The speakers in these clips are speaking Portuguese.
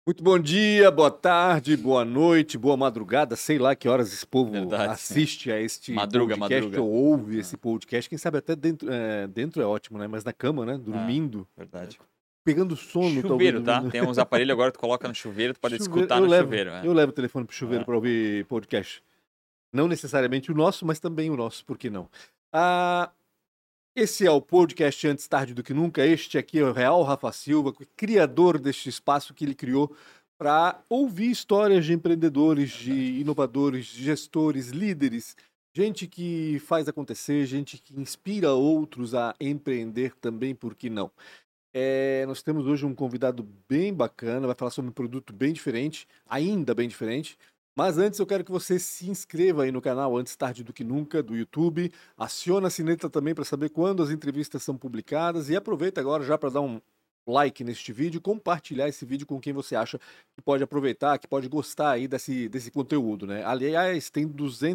Muito bom dia, boa tarde, boa noite, boa madrugada. Sei lá que horas esse povo Verdade. assiste a este Madruga, podcast madruga. ou ouve Ah. esse podcast. Quem sabe até dentro é ótimo, né? Mas na cama, né? Dormindo, Verdade. pegando sono, talvez. Chuveiro, tá? Tem uns aparelhos agora que tu coloca no chuveiro, tu pode Chuveiro, escutar no chuveiro. eu levo o telefone pro chuveiro É. para ouvir podcast. Não necessariamente o nosso, mas também o nosso, por que não? Ah, esse é o podcast Antes Tarde do Que Nunca. Este aqui é o Real Rafa Silva, criador deste espaço que ele criou para ouvir histórias de empreendedores, de inovadores, de gestores, líderes, gente que faz acontecer, gente que inspira outros a empreender também, por que não? Nós temos hoje um convidado bem bacana, vai falar sobre um produto bem diferente, ainda bem diferente. Mas antes eu quero que você se inscreva aí no canal Antes Tarde do Que Nunca, do YouTube. Aciona a sineta também para saber quando as entrevistas são publicadas. E aproveita agora já para dar um like neste vídeo, compartilhar esse vídeo com quem você acha que pode aproveitar, que pode gostar aí desse conteúdo, né? Aliás, tem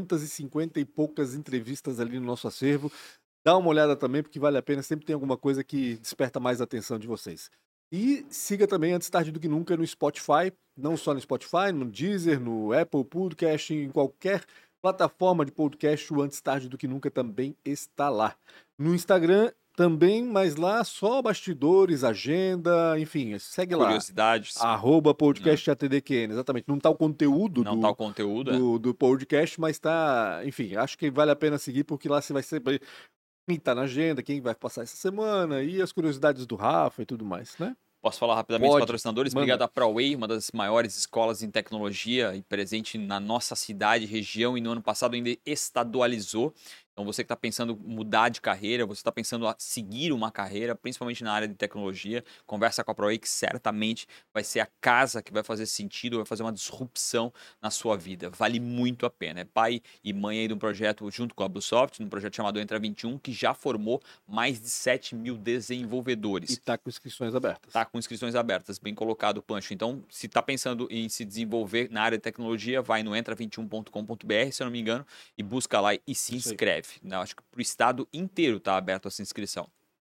250 e poucas entrevistas ali no nosso acervo. Dá uma olhada também, porque vale a pena, sempre tem alguma coisa que desperta mais a atenção de vocês. E siga também Antes Tarde do Que Nunca no Spotify, não só no Spotify, no Deezer, no Apple Podcast, em qualquer plataforma de podcast, o Antes Tarde do Que Nunca também está lá. No Instagram também, mas lá só bastidores, agenda, enfim, segue lá. Curiosidades. @podcastATDQN, exatamente. Não tá o conteúdo Não tá o conteúdo, do podcast, mas tá, enfim, acho que vale a pena seguir, porque lá você vai sempre quem tá na agenda, quem vai passar essa semana e as curiosidades do Rafa e tudo mais, né? Posso falar rapidamente dos Pode, patrocinadores? manda. Obrigado à ProWay, uma das maiores escolas em tecnologia e presente na nossa cidade, região, e no ano passado ainda estadualizou. Então você que está pensando em mudar de carreira, você está pensando a seguir uma carreira, principalmente na área de tecnologia, conversa com a ProWay, que certamente vai ser a casa que vai fazer sentido, vai fazer uma disrupção na sua vida. Vale muito a pena. É pai e mãe aí de um projeto junto com a Bluesoft, num projeto chamado Entra 21, que já formou mais de 7 mil desenvolvedores. E tá com inscrições abertas. Tá com inscrições abertas, bem colocado, Pancho. Então, se tá pensando em se desenvolver na área de tecnologia, vai no entra21.com.br, se eu não me engano, e busca lá e se inscreve. Né? Acho que pro estado inteiro tá aberto essa inscrição.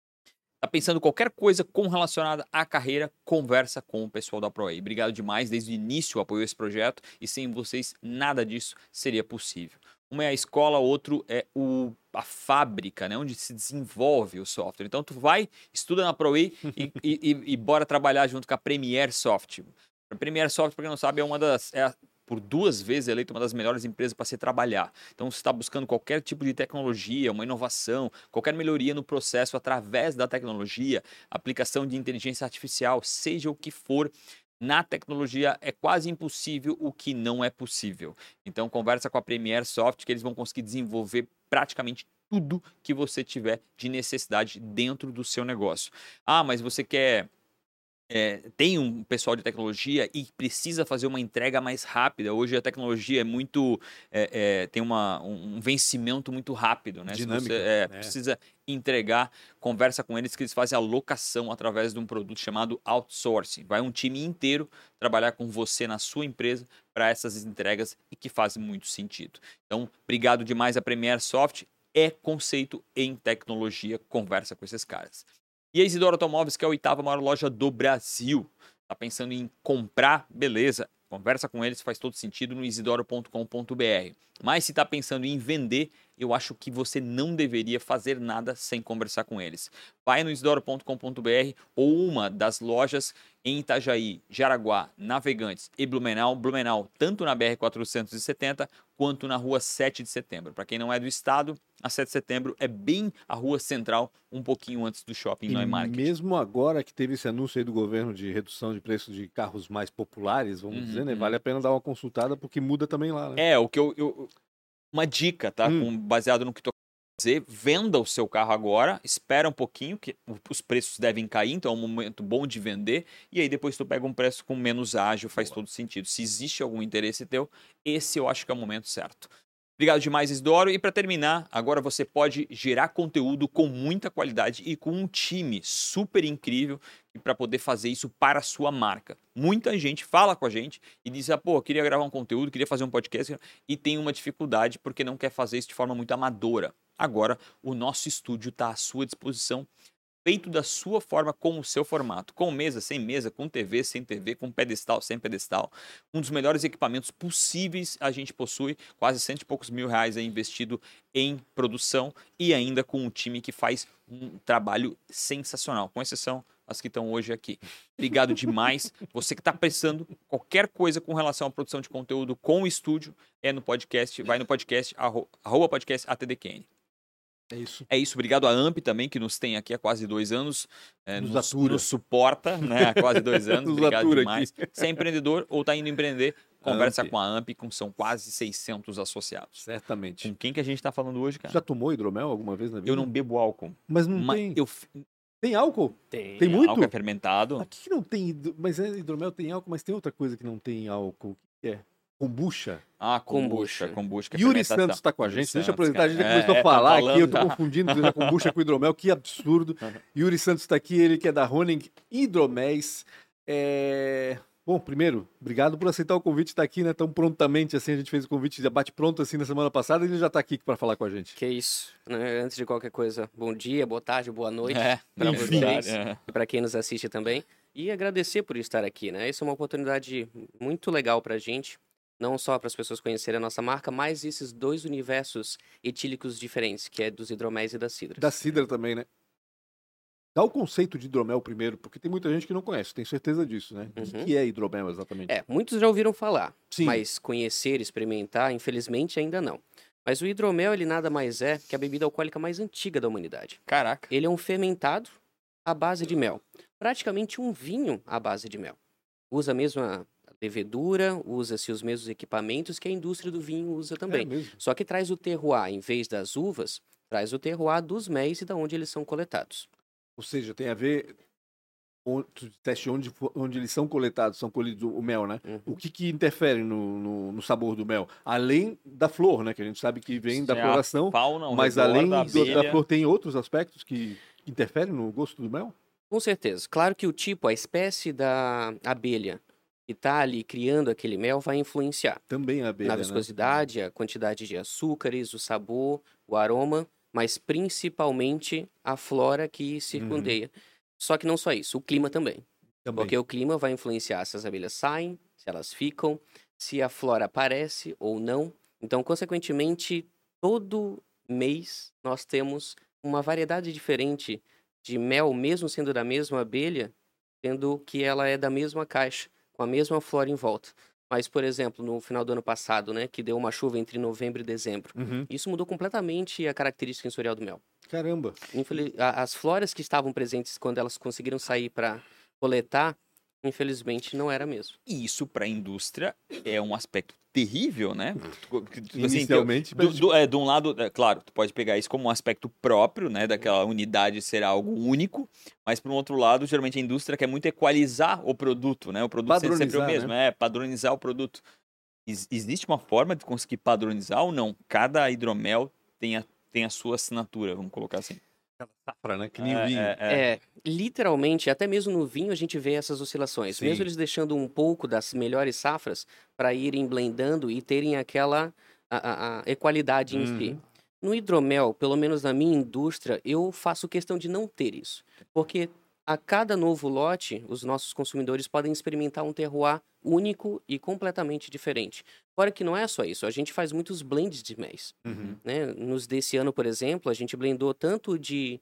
Tá pensando qualquer coisa com relacionada à carreira, conversa com o pessoal da ProWay. Obrigado demais, desde o início apoiou esse projeto e sem vocês nada disso seria possível. Uma é a escola, outro é a fábrica, né, onde se desenvolve o software. Então tu vai, estuda na ProWay e bora trabalhar junto com a Premier Soft. A Premier Soft, para quem não sabe, é uma das... por 2 vezes eleita uma das melhores empresas para se trabalhar. Então, se está buscando qualquer tipo de tecnologia, uma inovação, qualquer melhoria no processo através da tecnologia, aplicação de inteligência artificial, seja o que for, na tecnologia é quase impossível o que não é possível. Então, conversa com a Premier Soft que eles vão conseguir desenvolver praticamente tudo que você tiver de necessidade dentro do seu negócio. Ah, mas você quer... tem um pessoal de tecnologia e precisa fazer uma entrega mais rápida. Hoje a tecnologia é muito... tem um vencimento muito rápido, né? Dinâmica, Se você né? precisa entregar, conversa com eles que eles fazem a locação através de um produto chamado outsourcing. Vai um time inteiro trabalhar com você na sua empresa para essas entregas e que fazem muito sentido. Então, obrigado demais a Premier Soft. É conceito em tecnologia. Conversa com esses caras. E a Isidoro Automóveis, que é a 8ª maior loja do Brasil. Tá pensando em comprar? Beleza. Conversa com eles, faz todo sentido no isidoro.com.br. Mas se tá pensando em vender, eu acho que você não deveria fazer nada sem conversar com eles. Vai no isidoro.com.br ou uma das lojas em Itajaí, Jaraguá, Navegantes e Blumenau. Blumenau, tanto na BR-470 quanto na rua 7 de setembro. Para quem não é do estado, a 7 de setembro é bem a rua central, um pouquinho antes do shopping Neumarkt. Mesmo agora que teve esse anúncio aí do governo de redução de preço de carros mais populares, vamos dizer, né? Vale a pena dar uma consultada porque muda também lá, né? O que uma dica, tá? Baseado no que tu dizer, venda o seu carro agora, espera um pouquinho, que os preços devem cair, então é um momento bom de vender, e aí depois tu pega um preço com menos ágil, faz todo sentido. Se existe algum interesse teu, esse eu acho que é o momento certo. Obrigado demais, Isidoro. E para terminar, agora você pode gerar conteúdo com muita qualidade e com um time super incrível para poder fazer isso para a sua marca. Muita gente fala com a gente e diz, pô, eu queria gravar um conteúdo, queria fazer um podcast e tem uma dificuldade porque não quer fazer isso de forma muito amadora. Agora, o nosso estúdio está à sua disposição. feito da sua forma, com o seu formato. Com mesa, com TV, sem TV, com pedestal, sem pedestal. Um dos melhores equipamentos possíveis a gente possui. Quase 100 e poucos mil reais aí investido em produção. E ainda com um time que faz um trabalho sensacional. Com exceção as que estão hoje aqui. Obrigado demais. Você que está precisando qualquer coisa com relação à produção de conteúdo com o estúdio, no podcast, vai no podcast, @podcast ATDQN. É isso, obrigado a AMP também, que nos tem aqui há quase 2 anos, nos suporta, né, há quase 2 anos, obrigado demais. Se é empreendedor ou está indo empreender, conversa com a AMP, são quase 600 associados. Certamente. Com quem que a gente está falando hoje, cara? Já tomou hidromel alguma vez na vida? Eu não bebo álcool. Mas não tem... Tem álcool? Tem muito? Álcool é fermentado. Aqui não tem... Mas hidromel tem álcool, mas tem outra coisa que não tem álcool. O que é? Kombucha. Kombucha. Yuri Santos está com a gente. Deixa eu apresentar. A gente já começou a falar aqui. Eu tô confundindo a kombucha com hidromel. Que absurdo. Yuri Santos está aqui. Ele que é da Honing Hidroméis. Bom, primeiro, obrigado por aceitar o convite, estar aqui, né, tão prontamente, assim, a gente fez o convite, já bate pronto, assim, na semana passada, e ele já está aqui para falar com a gente. Que isso, né? Antes de qualquer coisa, bom dia, boa tarde, boa noite para vocês, e para quem nos assiste também, e agradecer por estar aqui, né, isso é uma oportunidade muito legal para a gente, não só para as pessoas conhecerem a nossa marca, mas esses 2 universos etílicos diferentes, que é dos hidroméis e das cidras. Da cidra também, né? Dá o conceito de hidromel primeiro, porque tem muita gente que não conhece, tenho certeza disso, né? O que é hidromel exatamente? Muitos já ouviram falar, Sim. Mas conhecer, experimentar, infelizmente ainda não. Mas o hidromel, ele nada mais é que a bebida alcoólica mais antiga da humanidade. Caraca. Ele é um fermentado à base de mel. Praticamente um vinho à base de mel. Usa a mesma levedura, usa-se os mesmos equipamentos que a indústria do vinho usa também. Só que traz o terroir, em vez das uvas, traz o terroir dos méis e de onde eles são coletados. Ou seja, tem a ver com o teste onde eles são coletados, são colhidos o mel, né? O que interfere no sabor do mel? Além da flor, né? Que a gente sabe que vem da floração, mas além da flor tem outros aspectos que interferem no gosto do mel? Com certeza. Claro que o tipo, a espécie da abelha que está ali criando aquele mel vai influenciar. Também a abelha, na viscosidade, a quantidade de açúcares, o sabor, o aroma, mas principalmente a flora que circundeia. Só que não só isso, o clima também. Porque o clima vai influenciar se as abelhas saem, se elas ficam, se a flora aparece ou não. Então, consequentemente, todo mês nós temos uma variedade diferente de mel, mesmo sendo da mesma abelha, sendo que ela é da mesma caixa, com a mesma flora em volta. Mas, por exemplo, no final do ano passado, né, que deu uma chuva entre novembro e dezembro, isso mudou completamente a característica sensorial do mel. Caramba! As floras que estavam presentes quando elas conseguiram sair para coletar, infelizmente, não era mesmo. E isso para a indústria é um aspecto terrível, né? Inicialmente. De um lado, claro, tu pode pegar isso como um aspecto próprio, né? Daquela unidade ser algo único, mas por um outro lado, geralmente a indústria quer muito equalizar o produto, né? O produto ser sempre o mesmo, padronizar o produto. Existe uma forma de conseguir padronizar ou não? Cada hidromel tem a sua assinatura, vamos colocar assim. Safra, né? Que nem vinho. Literalmente, até mesmo no vinho a gente vê essas oscilações. Sim. Mesmo eles deixando um pouco das melhores safras para irem blendando e terem aquela a equalidade em si. No hidromel, pelo menos na minha indústria, eu faço questão de não ter isso. Porque a cada novo lote, os nossos consumidores podem experimentar um terroir único e completamente diferente. Fora que não é só isso, a gente faz muitos blends de méis. Né? Nos desse ano, por exemplo, a gente blendou tanto de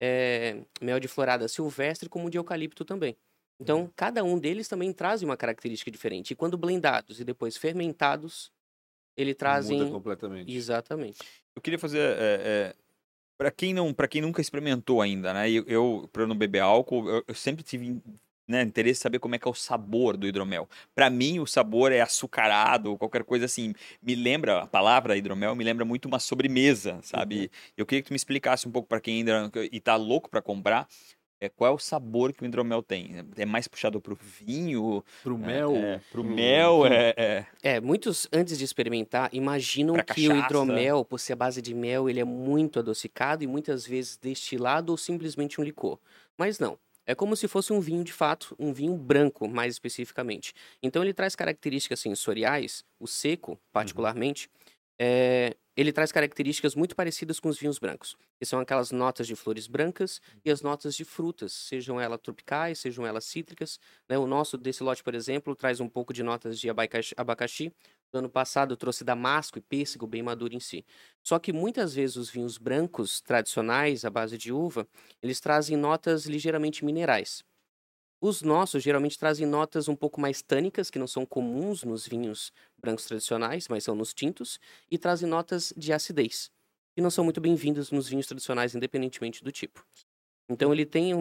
mel de florada silvestre como de eucalipto também. Então, cada um deles também traz uma característica diferente. E quando blendados e depois fermentados, ele trazem... Muda completamente. Exatamente. Eu queria fazer... Para quem nunca experimentou ainda, né? Para não beber álcool, eu sempre tive interesse em saber como é que é o sabor do hidromel. Para mim, o sabor é açucarado, qualquer coisa assim. Me lembra, a palavra hidromel me lembra muito uma sobremesa, sabe? Eu queria que tu me explicasse um pouco para quem ainda e tá louco para comprar, qual é o sabor que o hidromel tem? É mais puxado pro vinho? Pro mel? Pro mel, muitos, antes de experimentar, imaginam pra que cachaça. O hidromel, por ser a base de mel, ele é muito adocicado e muitas vezes destilado ou simplesmente um licor. Mas não. É como se fosse um vinho de fato, um vinho branco, mais especificamente. Então ele traz características sensoriais, o seco, particularmente, ele traz características muito parecidas com os vinhos brancos, que são aquelas notas de flores brancas e as notas de frutas, sejam elas tropicais, sejam elas cítricas, né? O nosso desse lote, por exemplo, traz um pouco de notas de abacaxi. No ano passado trouxe damasco e pêssego bem maduro em si. Só que muitas vezes os vinhos brancos tradicionais, à base de uva, eles trazem notas ligeiramente minerais. Os nossos geralmente trazem notas um pouco mais tânicas, que não são comuns nos vinhos brancos tradicionais, mas são nos tintos, e trazem notas de acidez, que não são muito bem-vindas nos vinhos tradicionais, independentemente do tipo. Então ele tem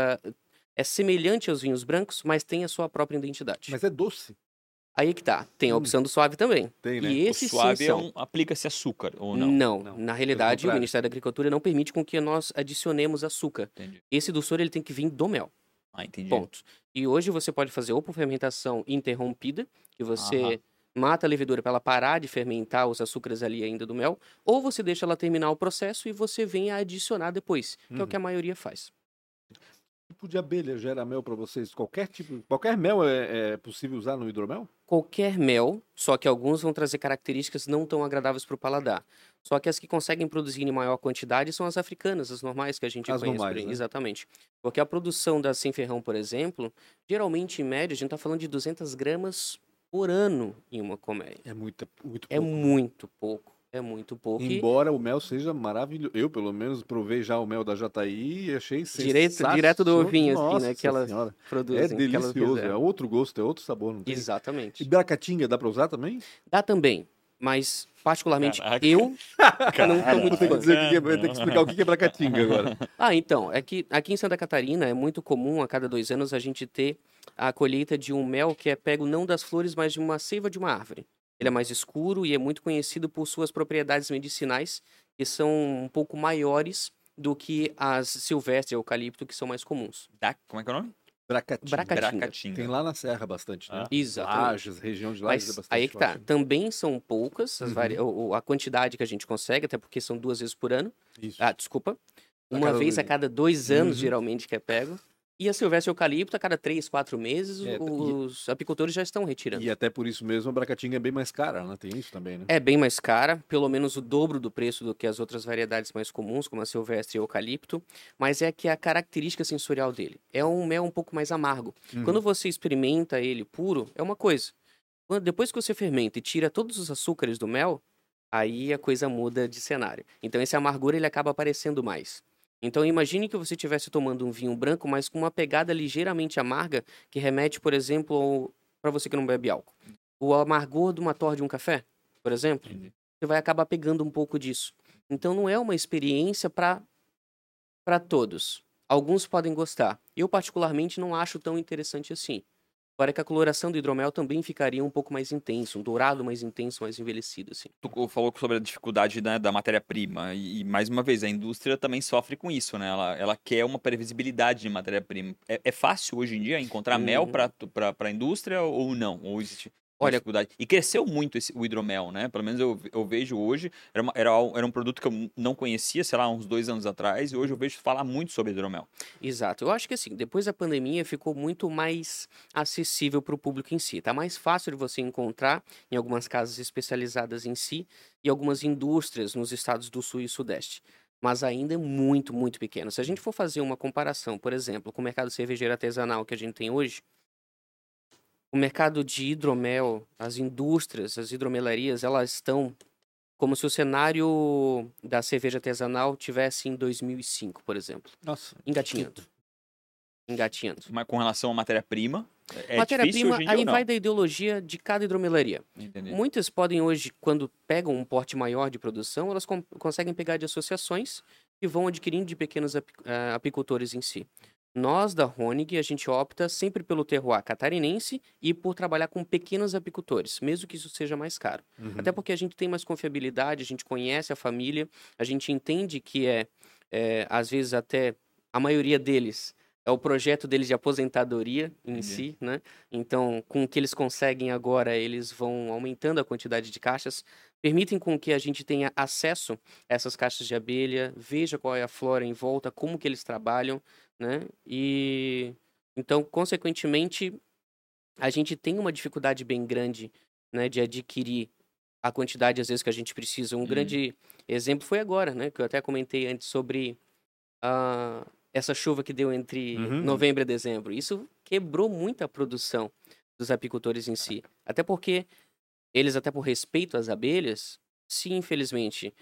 é semelhante aos vinhos brancos, mas tem a sua própria identidade. Mas é doce. Aí que tá, tem a opção do suave também. Tem, né? E O esses suave são... aplica-se açúcar, ou não? Não, na realidade, o contrário. Ministério da Agricultura não permite com que nós adicionemos açúcar. Entendi. Esse do soro ele tem que vir do mel. Entendi. Ponto. E hoje você pode fazer ou por fermentação interrompida, que você mata a levedura para ela parar de fermentar os açúcares ali ainda do mel, ou você deixa ela terminar o processo e você vem a adicionar depois, que é o que a maioria faz. Que tipo de abelha gera mel para vocês? Qualquer mel é possível usar no hidromel? Qualquer mel, só que alguns vão trazer características não tão agradáveis para o paladar. Só que as que conseguem produzir em maior quantidade são as africanas, as normais que a gente As conhece normais, por aí. né? Exatamente. Porque a produção da sem ferrão, por exemplo, geralmente em média a gente está falando de 200 gramas por ano em uma colmeia. É muito É pouco. muito pouco. É muito pouco. Embora o mel seja maravilhoso. Eu, pelo menos, provei já o mel da JI e achei sensacional. Direto do ovinho, assim, Nossa né? Que elas senhora. produzem. É que elas delicioso. É reservam. outro gosto, é outro sabor, não tem? Exatamente. E bracatinga dá pra usar também? Dá também, mas particularmente Caraca. eu não sou muito Vou ter que fã. dizer vou ter que explicar o que é bracatinga agora. Então, é que aqui em Santa Catarina é muito comum a cada 2 anos a gente ter a colheita de um mel que é pego não das flores, mas de uma seiva de uma árvore. Ele é mais escuro e é muito conhecido por suas propriedades medicinais, que são um pouco maiores do que as silvestres e eucalipto, que são mais comuns. Como é que é o nome? Bracatinga. Bracatinga. Tem lá na Serra bastante, né? Exatamente. Lages, região de Lages é Mas bastante aí que tá, forte. também são poucas a quantidade que a gente consegue, até porque são 2 vezes por ano. Isso. Desculpa. A Uma cada vez 2 a anos. cada 2 anos, geralmente, que é pego. E a silvestre eucalipto, a cada 3, 4 meses, os apicultores já estão retirando. E até por isso mesmo a bracatinga é bem mais cara, né? Tem isso também, né? É bem mais cara, pelo menos o dobro do preço do que as outras variedades mais comuns, como a silvestre e o eucalipto, mas é que a característica sensorial dele é um mel um pouco mais amargo. Quando você experimenta ele puro, é uma coisa. Depois que você fermenta e tira todos os açúcares do mel, aí a coisa muda de cenário. Então esse amargor ele acaba aparecendo mais. Então imagine que você estivesse tomando um vinho branco, mas com uma pegada ligeiramente amarga, que remete, por exemplo, para você que não bebe álcool. O amargor de uma torre de um café, por exemplo, você vai acabar pegando um pouco disso. Então não é uma experiência para todos. Alguns podem gostar. Eu particularmente não acho tão interessante assim. Fora que a coloração do hidromel também ficaria um pouco mais intenso, um dourado mais intenso, mais envelhecido, assim. Tu falou sobre a dificuldade, né, da matéria-prima e, mais uma vez, a indústria também sofre com isso, né? Ela quer uma previsibilidade de matéria-prima. É fácil hoje em dia encontrar mel para a indústria ou não? Ou existe uma dificuldade? E cresceu muito o hidromel, né? Pelo menos eu vejo hoje, era um produto que eu não conhecia, sei lá, uns 2 anos atrás, e hoje eu vejo falar muito sobre hidromel. Exato. Eu acho que assim, depois da pandemia ficou muito mais acessível para o público em si. Tá mais fácil de você encontrar em algumas casas especializadas em si e algumas indústrias nos estados do Sul e Sudeste. Mas ainda é muito, muito pequeno. Se a gente for fazer uma comparação, por exemplo, com o mercado cervejeiro artesanal que a gente tem hoje, o mercado de hidromel, as indústrias, as hidromelarias, elas estão como se o cenário da cerveja artesanal tivesse em 2005, por exemplo. Nossa. Engatinhando. Mas com relação à matéria-prima, difícil Matéria-prima, hoje em dia aí ou não? vai da ideologia de cada hidromelaria. Entendi. Muitas podem hoje, quando pegam um porte maior de produção, elas conseguem pegar de associações e vão adquirindo de pequenos apicultores em si. Nós, da Honig, a gente opta sempre pelo terroir catarinense e por trabalhar com pequenos apicultores, mesmo que isso seja mais caro. Até porque a gente tem mais confiabilidade, a gente conhece a família, a gente entende que às vezes até a maioria deles é o projeto deles de aposentadoria em si, né? Então, com o que eles conseguem agora, eles vão aumentando a quantidade de caixas, permitem com que a gente tenha acesso a essas caixas de abelha, veja qual é a flora em volta, como que eles trabalham, né? E então, consequentemente, a gente tem uma dificuldade bem grande, né, de adquirir a quantidade, às vezes, que a gente precisa. Um grande exemplo foi agora, né? Que eu até comentei antes sobre essa chuva que deu entre novembro e dezembro. Isso quebrou muito a produção dos apicultores em si. Até porque eles, até por respeito às abelhas, se infelizmente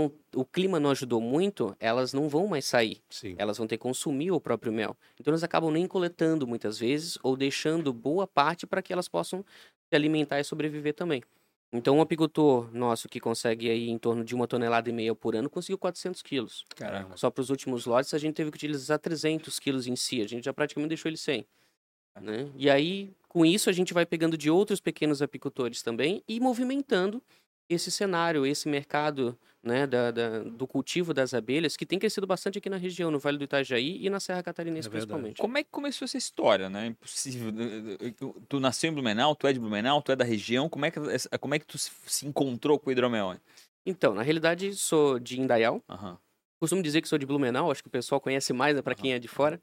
o clima não ajudou muito, elas não vão mais sair. Sim. Elas vão ter que consumir o próprio mel. Então elas acabam nem coletando muitas vezes ou deixando boa parte para que elas possam se alimentar e sobreviver também. Então um apicultor nosso que consegue aí em torno de 1,5 toneladas por ano conseguiu 400 quilos. Caramba. Só para os últimos lotes a gente teve que utilizar 300 quilos em si. A gente já praticamente deixou ele sem. Né? E aí, com isso, a gente vai pegando de outros pequenos apicultores também e movimentando esse cenário, esse mercado, né, do cultivo das abelhas, que tem crescido bastante aqui na região, no Vale do Itajaí e na Serra Catarinense, principalmente. Como é que começou essa história, né? Impossível. Tu nasceu em Blumenau, tu é de Blumenau, tu é da região, como é que tu se encontrou com o hidromel? Então, na realidade, sou de Indaial. Costumo dizer que sou de Blumenau, acho que o pessoal conhece mais para quem é de fora.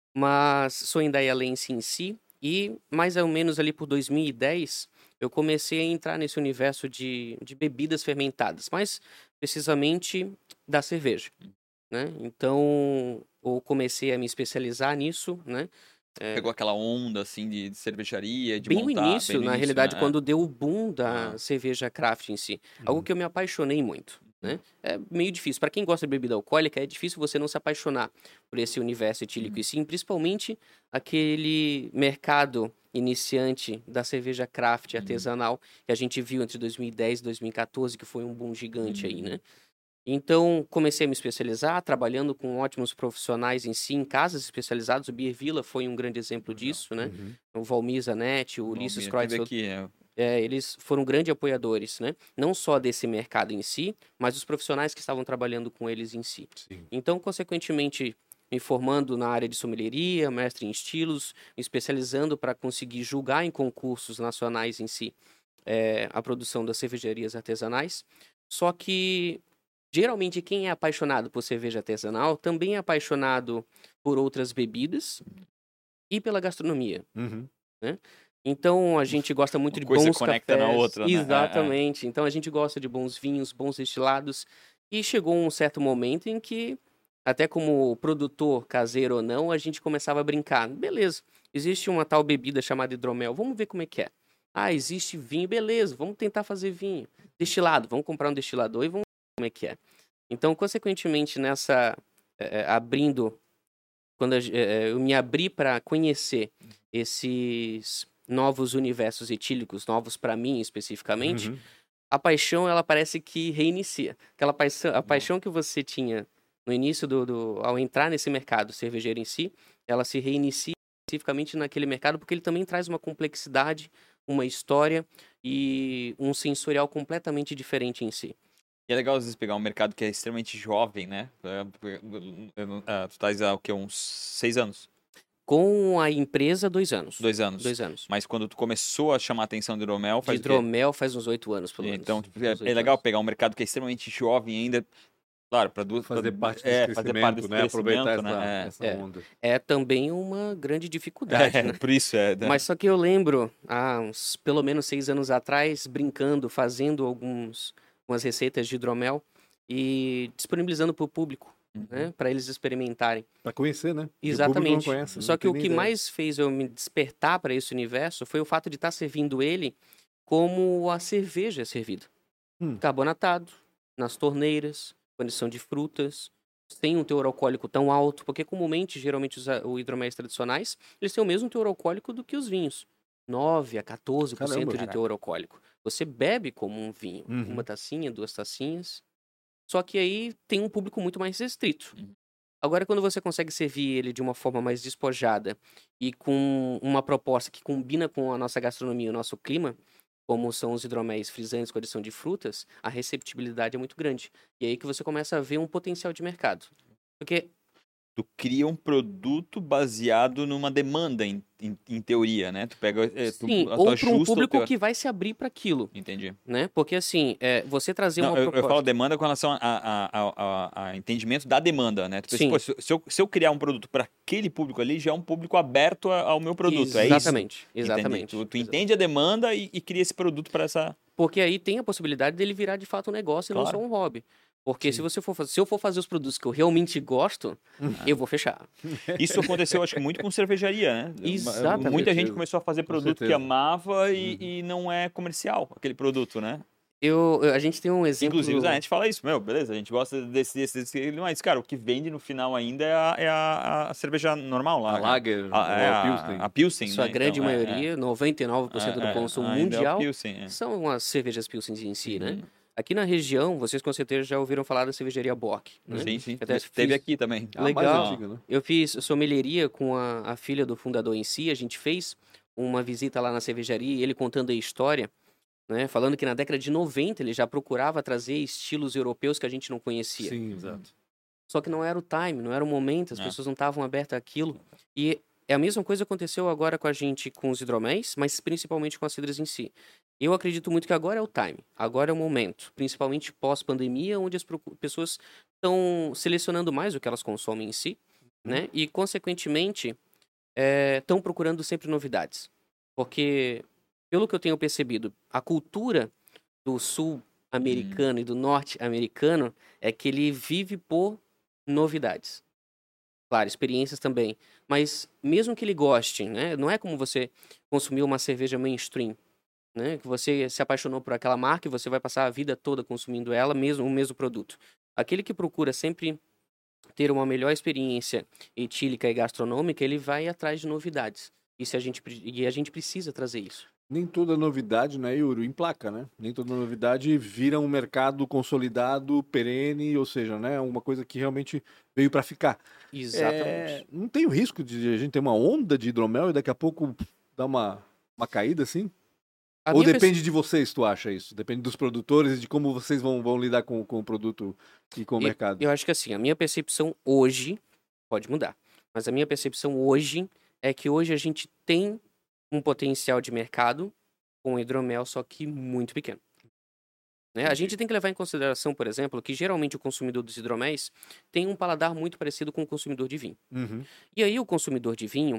Mas sou indaialense em si, e mais ou menos ali por 2010, eu comecei a entrar nesse universo de bebidas fermentadas, mais precisamente da cerveja, né? Então, eu comecei a me especializar nisso, né? Pegou aquela onda, assim, de cervejaria, de bem montar... no início, na realidade, né? quando deu o boom da cerveja craft em si. Algo que eu me apaixonei muito, né? É meio difícil. Para quem gosta de bebida alcoólica, é difícil você não se apaixonar por esse universo etílico. E sim, principalmente aquele mercado iniciante da cerveja craft artesanal que a gente viu entre 2010 e 2014, que foi um boom gigante aí, né? Então, comecei a me especializar, trabalhando com ótimos profissionais em si, em casas especializadas. O Beer Villa foi um grande exemplo disso, né? O Valmir Zanetti, o Ulisses Kreutzer, eles foram grandes apoiadores, né? Não só desse mercado em si, mas os profissionais que estavam trabalhando com eles em si. Sim. Então, consequentemente, me formando na área de sommelieria, mestre em estilos, me especializando para conseguir julgar em concursos nacionais em si a produção das cervejarias artesanais. Só que geralmente, quem é apaixonado por cerveja artesanal também é apaixonado por outras bebidas e pela gastronomia, né? Então, a gente gosta muito de bons conecta cafés. na outra, né? Exatamente. Então, a gente gosta de bons vinhos, bons destilados. E chegou um certo momento em que, até como produtor caseiro ou não, a gente começava a brincar. Beleza, existe uma tal bebida chamada hidromel, vamos ver como é que é. Ah, existe vinho, beleza, vamos tentar fazer vinho. Destilado, vamos comprar um destilador e vamos ver como é que é. Então, consequentemente, quando eu me abri para conhecer esses novos universos etílicos, novos para mim especificamente, a paixão, ela parece que reinicia. A paixão que você tinha no início ao entrar nesse mercado cervejeiro em si, ela se reinicia especificamente naquele mercado, porque ele também traz uma complexidade, uma história e um sensorial completamente diferente em si. E é legal, às vezes, pegar um mercado que é extremamente jovem, né? Tu estás há, o quê? Uns 6 anos? Com a empresa, 2 anos. 2 anos. 2 anos. Mas quando tu começou a chamar a atenção do hidromel, faz hidromel faz uns 8 anos, pelo menos. Então, é legal pegar um mercado que é extremamente jovem ainda, claro, para fazer parte desse crescimento, né? Aproveitar essa onda. É também uma grande dificuldade, né? Por isso Mas só que eu lembro, há uns, pelo menos 6 anos atrás, brincando, fazendo algumas receitas de hidromel e disponibilizando para o público, né? Para eles experimentarem. Para conhecer, né? Exatamente. O público não conhece, só que o que mais fez eu me despertar para esse universo foi o fato de estar servindo ele como a cerveja é servida. Carbonatado, nas torneiras, condição de frutas, sem um teor alcoólico tão alto, porque comumente, geralmente, os hidroméis tradicionais, eles têm o mesmo teor alcoólico do que os vinhos. 9 a 14% de teor alcoólico. Você bebe como um vinho. Uma tacinha, 2 tacinhas. Só que aí tem um público muito mais restrito. Agora, quando você consegue servir ele de uma forma mais despojada e com uma proposta que combina com a nossa gastronomia, o nosso clima, como são os hidroméis frisantes com adição de frutas, a receptibilidade é muito grande. E aí que você começa a ver um potencial de mercado. Porque tu cria um produto baseado numa demanda, em teoria, né? Tu pega sim, ou para um público que vai se abrir para aquilo. Entendi. Né? Porque assim, você trazer uma proposta... Eu falo demanda com relação a entendimento da demanda, né? Tu pensa, pô, se eu criar um produto para aquele público ali, já é um público aberto ao meu produto, exatamente, é isso? Exatamente. Tu entende a demanda e cria esse produto para essa... Porque aí tem a possibilidade dele virar de fato um negócio e não Claro. só um hobby. Porque se eu for fazer os produtos que eu realmente gosto, eu vou fechar. Isso aconteceu, acho que muito com cervejaria, né? Exatamente. Muita gente certeza. começou a fazer Com produto que certeza. amava e não é comercial, aquele produto, né? A gente tem um exemplo... Inclusive, a gente fala isso, beleza, a gente gosta desse, mas, cara, o que vende no final ainda é a cerveja normal lá. A Lager, ou a Pilsen. A Pilsen, Sua né? grande Então, maioria, 99% do consumo ainda é o mundial, Pilsen, são as cervejas Pilsen em si, né? Uhum. Aqui na região, vocês com certeza já ouviram falar da cervejaria Bock, né? Sim. Até Teve fiz- aqui também. A mais Legal. antiga, né? Eu fiz sommelieria com a filha do fundador em si, a gente fez uma visita lá na cervejaria, e ele contando a história, né? Falando que na década de 90 ele já procurava trazer estilos europeus que a gente não conhecia. Sim, exato. Só que não era o time, não era o momento, as É. pessoas não estavam abertas àquilo. E a mesma coisa aconteceu agora com a gente com os hidroméis, mas principalmente com as cidras em si. Eu acredito muito que agora é o time, agora é o momento, principalmente pós-pandemia, onde as pessoas estão selecionando mais o que elas consomem em si, né? E, consequentemente, estão procurando sempre novidades. Porque, pelo que eu tenho percebido, a cultura do sul-americano e do norte-americano é que ele vive por novidades. Claro, experiências também. Mas mesmo que ele goste, né? Não é como você consumir uma cerveja mainstream, né? Que você se apaixonou por aquela marca e você vai passar a vida toda consumindo ela, o mesmo produto. Aquele que procura sempre ter uma melhor experiência etílica e gastronômica, ele vai atrás de novidades. E a gente precisa trazer isso. Nem toda novidade, né, Yuri, emplaca, né? Nem toda novidade vira um mercado consolidado, perene, ou seja, né, uma coisa que realmente veio para ficar. Exatamente. Não tem o risco de a gente ter uma onda de hidromel e daqui a pouco dar uma caída assim? A Ou minha depende de vocês, tu acha isso? Depende dos produtores e de como vocês vão lidar com o produto e com o mercado. Eu acho que assim, a minha percepção hoje, pode mudar, mas a minha percepção hoje é que hoje a gente tem um potencial de mercado com hidromel, só que muito pequeno. Né? A gente tem que levar em consideração, por exemplo, que geralmente o consumidor dos hidroméis tem um paladar muito parecido com o consumidor de vinho. Uhum. E aí o consumidor de vinho,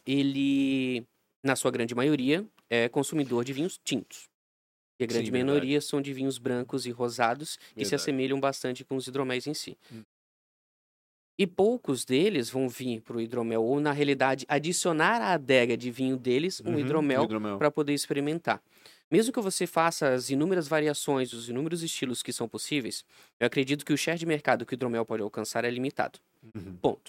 ele, na sua grande maioria, é consumidor de vinhos tintos. E a grande Sim, verdade. minoria são de vinhos brancos e rosados, que se Verdade. assemelham bastante com os hidroméis em si. Hum. E poucos deles vão vir para o hidromel, ou na realidade adicionar à adega de vinho deles um Uhum, hidromel para poder experimentar. Mesmo que você faça as inúmeras variações, os inúmeros estilos que são possíveis, eu acredito que o share de mercado que o hidromel pode alcançar é limitado. Uhum. Ponto.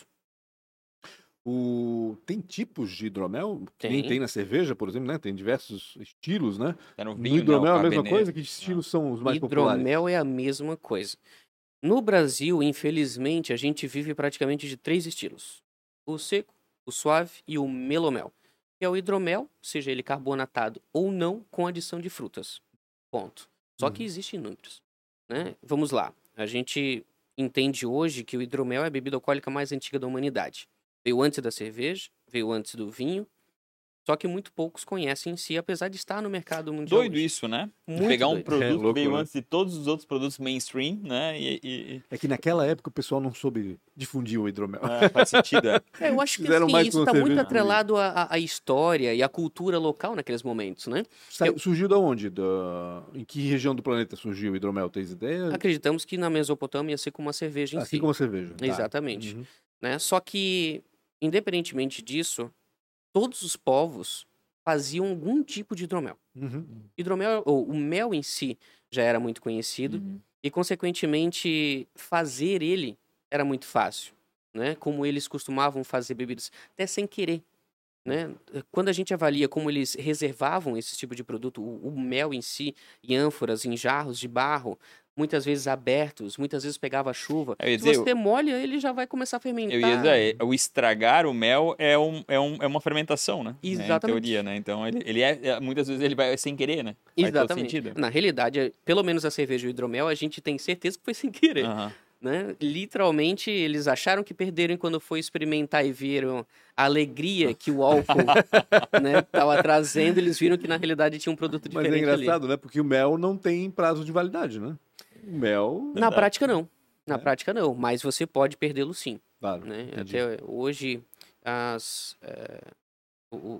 Tem tipos de hidromel? Que nem Tem. tem na cerveja, por exemplo, né? Tem diversos estilos, né? Tá no No vinho, hidromel é né? a O mesma Cabernet. coisa? Que estilos são os mais populares? Hidromel é a mesma coisa. No Brasil, infelizmente, a gente vive praticamente de 3 estilos: o seco, o suave e o melomel. Que é o hidromel, seja ele carbonatado ou não, com adição de frutas. Ponto. Só que existem inúmeros, né? Vamos lá. A gente entende hoje que o hidromel é a bebida alcoólica mais antiga da humanidade. Veio antes da cerveja, veio antes do vinho. Só que muito poucos conhecem em si, apesar de estar no mercado mundial. Doido hoje. isso, né? Muito Pegar um doido. produto louco, que veio né? antes de todos os outros produtos mainstream, né? É que naquela época o pessoal não soube difundir o hidromel. Faz sentido. Eu acho que Fizeram assim, mais isso com está muito cerveja. atrelado à história e à cultura local naqueles momentos, né? Surgiu da onde? Em que região do planeta surgiu o hidromel? Tens ideia? Acreditamos que na Mesopotâmia ia ser como uma cerveja em Assim si. como a cerveja. Tá. Exatamente. Uhum. Né? Só que, independentemente disso, todos os povos faziam algum tipo de hidromel. Uhum. Hidromel, ou o mel em si, já era muito conhecido e, consequentemente, fazer ele era muito fácil, né? Como eles costumavam fazer bebidas, até sem querer, né? Quando a gente avalia como eles reservavam esse tipo de produto, o mel em si, em ânforas, em jarros de barro, muitas vezes abertos, muitas vezes pegava chuva. Eu ia Se dizer, você molha, ele já vai começar a fermentar. Eu ia dizer, o estragar o mel é uma fermentação, né? Exatamente. Em teoria, né? Então, muitas vezes ele vai sem querer, né? Faz todo Exatamente. sentido. Na realidade, pelo menos a cerveja e o hidromel, a gente tem certeza que foi sem querer. Aham. Né? Literalmente, eles acharam que perderam e quando foi experimentar e viram a alegria que o álcool né, tava trazendo, eles viram que na realidade tinha um produto Mas diferente é engraçado, ali. né? Porque o mel não tem prazo de validade, né? O mel... Na prática, não. Na É. prática, não. Mas você pode perdê-lo sim. Claro, Né? entendi. Até hoje,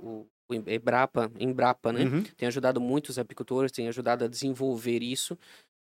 o Embrapa, né? Tem ajudado muitos apicultores, tem ajudado a desenvolver isso,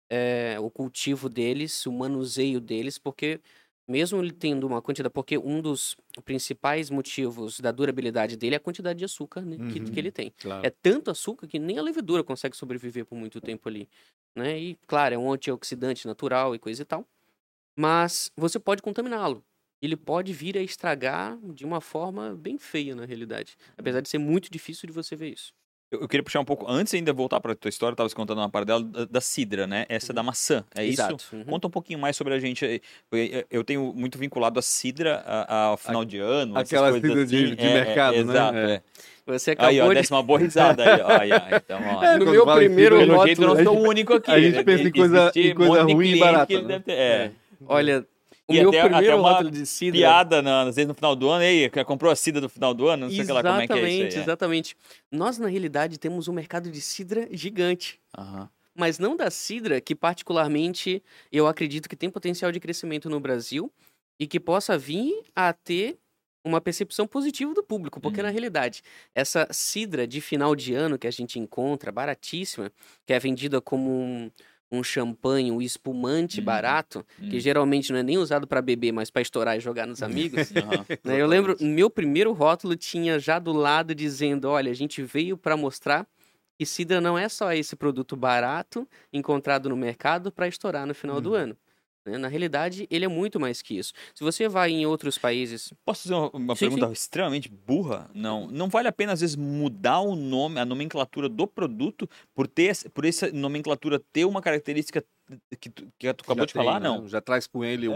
o cultivo deles, o manuseio deles, porque mesmo ele tendo uma quantidade, porque um dos principais motivos da durabilidade dele é a quantidade de açúcar, né, que ele tem. Claro. É tanto açúcar que nem a levedura consegue sobreviver por muito tempo ali, né? E claro, é um antioxidante natural e coisa e tal, mas você pode contaminá-lo. Ele pode vir a estragar de uma forma bem feia, na realidade. Apesar de ser muito difícil de você ver isso. Eu queria puxar um pouco, antes ainda voltar para a tua história, estava contando uma parte dela, da cidra, né? Essa da maçã, é Exato. isso? Conta um pouquinho mais sobre a gente. Eu tenho muito vinculado a cidra ao final de ano, Aquela essas coisas cidra assim. de mercado, né? Exato, Você Aí, ó, acabou desce uma boa risada aí, ó. Aí, ó. Então, ó. No quando meu fala em primeiro cidra, Pelo rótulo, jeito, eu não sou o único aqui. A gente pensa em coisa ruim e barata, né? olha, o E meu até primeiro uma rótulo de cidra... piada, às vezes no final do ano, aí, comprou a cidra do final do ano, não sei lá como é que é isso aí. Exatamente. Nós, na realidade, temos um mercado de cidra gigante. Mas não da cidra que, particularmente, eu acredito que tem potencial de crescimento no Brasil e que possa vir a ter uma percepção positiva do público. Porque, na realidade, essa cidra de final de ano que a gente encontra, baratíssima, que é vendida como um champanhe, um espumante barato, que geralmente não é nem usado para beber, mas para estourar e jogar nos amigos. Né? Eu lembro, meu primeiro rótulo tinha já do lado dizendo, olha, a gente veio para mostrar que cidra não é só esse produto barato encontrado no mercado para estourar no final do ano. Né? Na realidade, ele é muito mais que isso. Se você vai em outros países... Posso fazer uma pergunta extremamente burra? Não vale a pena, às vezes, mudar o nome, a nomenclatura do produto, por essa nomenclatura ter uma característica que tu acabou de falar, né? não? Já traz com ele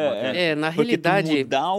na Porque realidade... mudar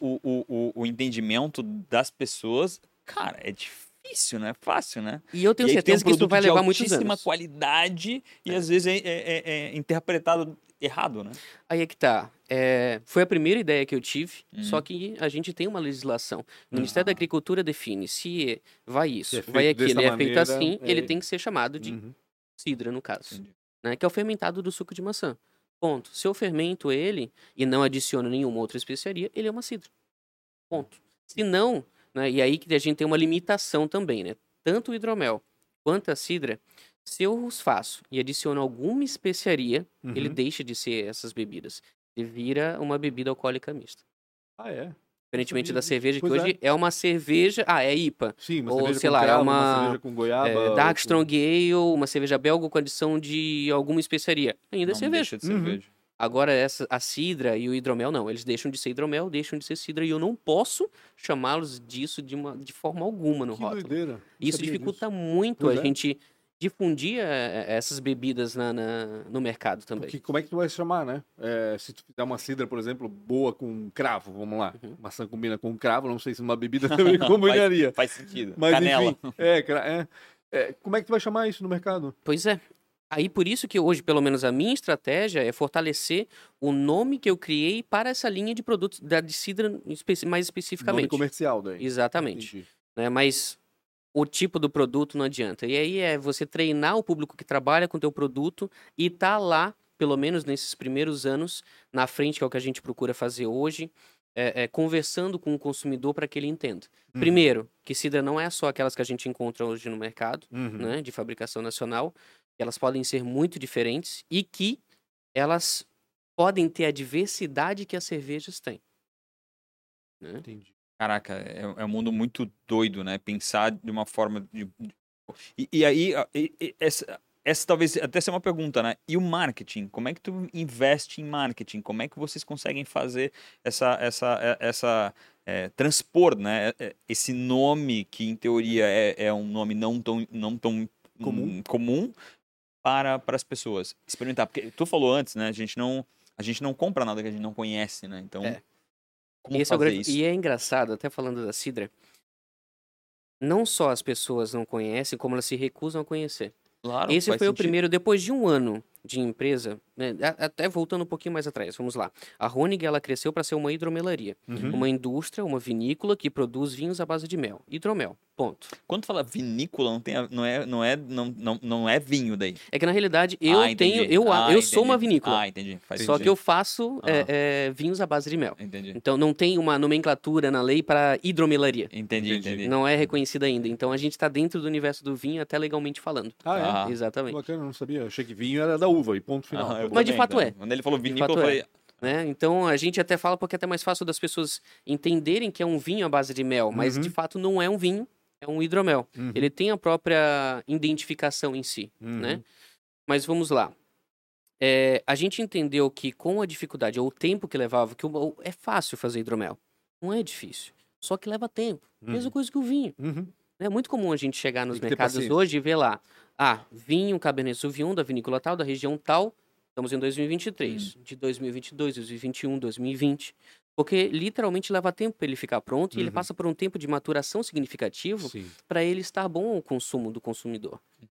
o entendimento das pessoas, cara, é difícil, não é fácil, né? E eu tenho certeza que isso vai levar muitos anos. Altíssima qualidade e às vezes é interpretado errado, né? Aí é que tá. Foi a primeira ideia que eu tive, só que a gente tem uma legislação. O Ministério da Agricultura define se vai isso, vai aquilo, ele é feito assim, ele tem que ser chamado de cidra, no caso. Né? Que é o fermentado do suco de maçã. Ponto. Se eu fermento ele e não adiciono nenhuma outra especiaria, ele é uma cidra. Ponto. Se não, né, e aí que a gente tem uma limitação também, né? Tanto o hidromel quanto a cidra, se eu os faço e adiciono alguma especiaria, ele deixa de ser essas bebidas. Ele vira uma bebida alcoólica mista. É? Diferentemente da cerveja, que hoje é uma cerveja... é IPA. Sim, uma ou, cerveja sei com lá, cravo, é uma cerveja com goiaba. Dark Strong Ale, uma cerveja belga com adição de alguma especiaria. Ainda é cerveja. Deixa de cerveja. Agora, a cidra e o hidromel, não. Eles deixam de ser hidromel, deixam de ser cidra. E eu não posso chamá-los disso de forma alguma no rótulo. Doideira. Isso dificulta muito a gente difundir essas bebidas no mercado também. Porque como é que tu vai chamar, né? Se tu fizer uma cidra, por exemplo, boa com cravo, vamos lá. Maçã combina com cravo, não sei se uma bebida também combinaria. Faz sentido. Mas Canela. enfim, como é que tu vai chamar isso no mercado? Pois é. Aí por isso que hoje, pelo menos a minha estratégia é fortalecer o nome que eu criei para essa linha de produtos de cidra mais especificamente. Nome comercial daí. Exatamente. Né? Mas o tipo do produto não adianta. E aí é você treinar o público que trabalha com o teu produto e tá lá, pelo menos nesses primeiros anos, na frente, que é o que a gente procura fazer hoje, conversando com o consumidor para que ele entenda. Primeiro, que cidra não é só aquelas que a gente encontra hoje no mercado, né, de fabricação nacional. Elas podem ser muito diferentes e que elas podem ter a diversidade que as cervejas têm. Né? Entendi. Caraca, é um mundo muito doido, né? Pensar de uma forma... E aí, essa talvez até seja uma pergunta, né? E o marketing? Como é que tu investe em marketing? Como é que vocês conseguem fazer transpor, né? Esse nome que, em teoria, é um nome não tão comum para as pessoas experimentar, porque tu falou antes, né? A gente não compra nada que a gente não conhece, né? Então, como fazer isso? E é engraçado, até falando da cidra, não só as pessoas não conhecem, como elas se recusam a conhecer. Claro, Esse foi o primeiro, depois de um ano de empresa, né? Até voltando um pouquinho mais atrás, vamos lá. A Honig, ela cresceu para ser uma hidromelaria. Uma indústria, uma vinícola que produz vinhos à base de mel. Hidromel, ponto. Quando fala vinícola, não é vinho daí. É que na realidade eu entendi. sou uma vinícola. Entendi. Faz Só sentido. que eu faço vinhos à base de mel. Entendi. Então não tem uma nomenclatura na lei para hidromelaria. Entendi. Não é reconhecida ainda. Então a gente está dentro do universo do vinho, até legalmente falando. Ah, é? Exatamente. Bacana, eu não sabia. Achei que vinho era da uva e ponto final. Eu Mas de também, fato então. é. Quando ele falou vinícola, fato eu falei... Né? Então a gente até fala porque é até mais fácil das pessoas entenderem que é um vinho à base de mel, mas de fato não é um vinho, é um hidromel. Ele tem a própria identificação em si, né? Mas vamos lá. A gente entendeu que com a dificuldade ou o tempo que levava, que é fácil fazer hidromel. Não é difícil. Só que leva tempo. Mesma coisa que o vinho. É muito comum a gente chegar nos mercados hoje e ver lá, vinho Cabernet Sauvignon da vinícola tal, da região tal, estamos em 2023, de 2022, 2021, 2020. Porque literalmente leva tempo para ele ficar pronto e ele passa por um tempo de maturação significativo para ele estar bom ao consumo do consumidor.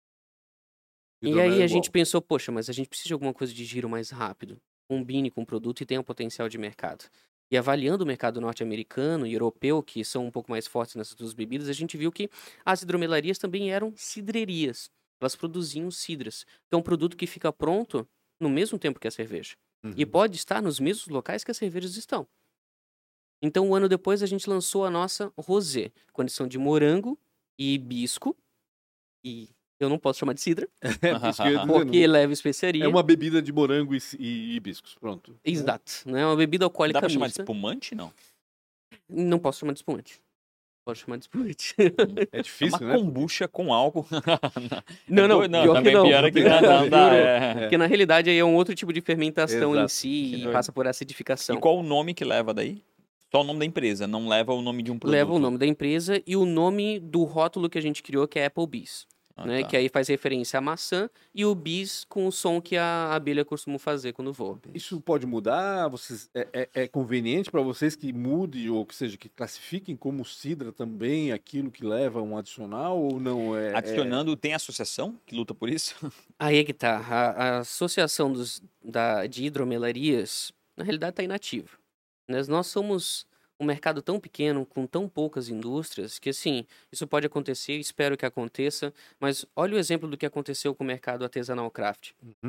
E aí a gente pensou, poxa, mas a gente precisa de alguma coisa de giro mais rápido. Combine com o produto e tenha um potencial de mercado. E avaliando o mercado norte-americano e europeu, que são um pouco mais fortes nessas duas bebidas, a gente viu que as hidromelarias também eram cidrerias. Elas produziam cidras. Que é um produto que fica pronto no mesmo tempo que a cerveja. E pode estar nos mesmos locais que as cervejas estão. Então, um ano depois, a gente lançou a nossa Rosé, condição de morango e hibisco. E eu não posso chamar de cidra, porque leva especiaria. É uma bebida de morango e hibiscos, pronto. Exato. Não é uma bebida alcoólica. Dá pra chamar de mista. espumante, não? Não posso chamar de espumante. Posso chamar de espumante. É difícil, uma né? kombucha com álcool. Não, pior que não. Pior é que não dá. Porque na realidade aí é um outro tipo de fermentação Exato. em si e passa por acidificação. E qual o nome que leva daí? Só o nome da empresa, não leva o nome de um produto. Leva o nome da empresa e o nome do rótulo que a gente criou, que é Applebee's. Né? Que aí faz referência à maçã e o bis com o som que a abelha costuma fazer quando voa. Isso pode mudar? É conveniente para vocês que mude, ou que seja, que classifiquem como cidra também aquilo que leva um adicional, ou não? Adicionando, tem associação que luta por isso? Aí é que tá. A associação de hidromelarias, na realidade, está inativa. Nós somos um mercado tão pequeno, com tão poucas indústrias, que assim, isso pode acontecer, espero que aconteça, mas olha o exemplo do que aconteceu com o mercado artesanal craft.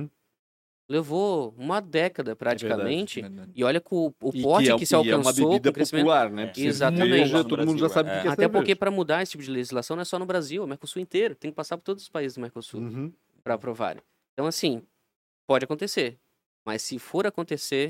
Levou uma década praticamente, e olha com o porte que se alcançou. É uma bebida popular, né? Exatamente. Todo mundo já sabe o que é Até porque para mudar esse tipo de legislação não é só no Brasil, é o Mercosul inteiro, tem que passar por todos os países do Mercosul para aprovarem. Então assim, pode acontecer, mas se for acontecer,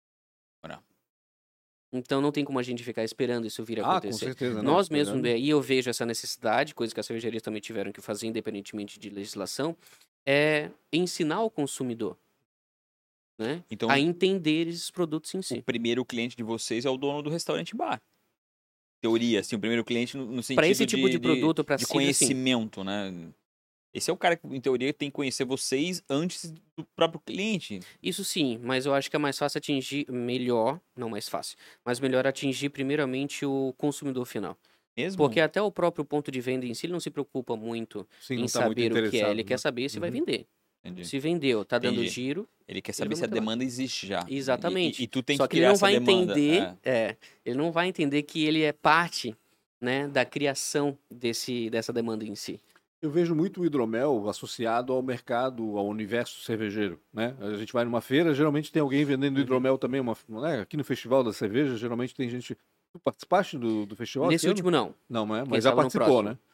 então não tem como a gente ficar esperando isso vir a acontecer. Com certeza, Nós mesmos, e eu vejo essa necessidade, coisa que as cervejarias também tiveram que fazer, independentemente de legislação, é ensinar o consumidor, né, então, a entender esses produtos em si. O primeiro cliente de vocês é o dono do restaurante bar. Teoria, assim, o primeiro cliente no sentido para esse tipo de produto, para de conhecimento, sim. Né? Esse é o cara que, em teoria, tem que conhecer vocês antes do próprio cliente. Isso sim, mas eu acho que é mais fácil atingir melhor, não mais fácil, mas melhor atingir primeiramente o consumidor final. Mesmo? Porque até o próprio ponto de venda em si, ele não se preocupa muito em saber o que é. Ele quer saber se vai vender. Entendi. Se vendeu, tá dando giro. Ele quer saber se a demanda existe já. Exatamente. E tu tem Só que ele não vai demanda. entender, ele não vai entender que ele é parte, né, da criação dessa demanda em si. Eu vejo muito o hidromel associado ao mercado, ao universo cervejeiro, né? A gente vai numa feira, geralmente tem alguém vendendo hidromel também, né? Aqui no Festival da Cerveja, geralmente tem gente... Tu participaste do festival? Nesse último não. Não, mas já participou, né?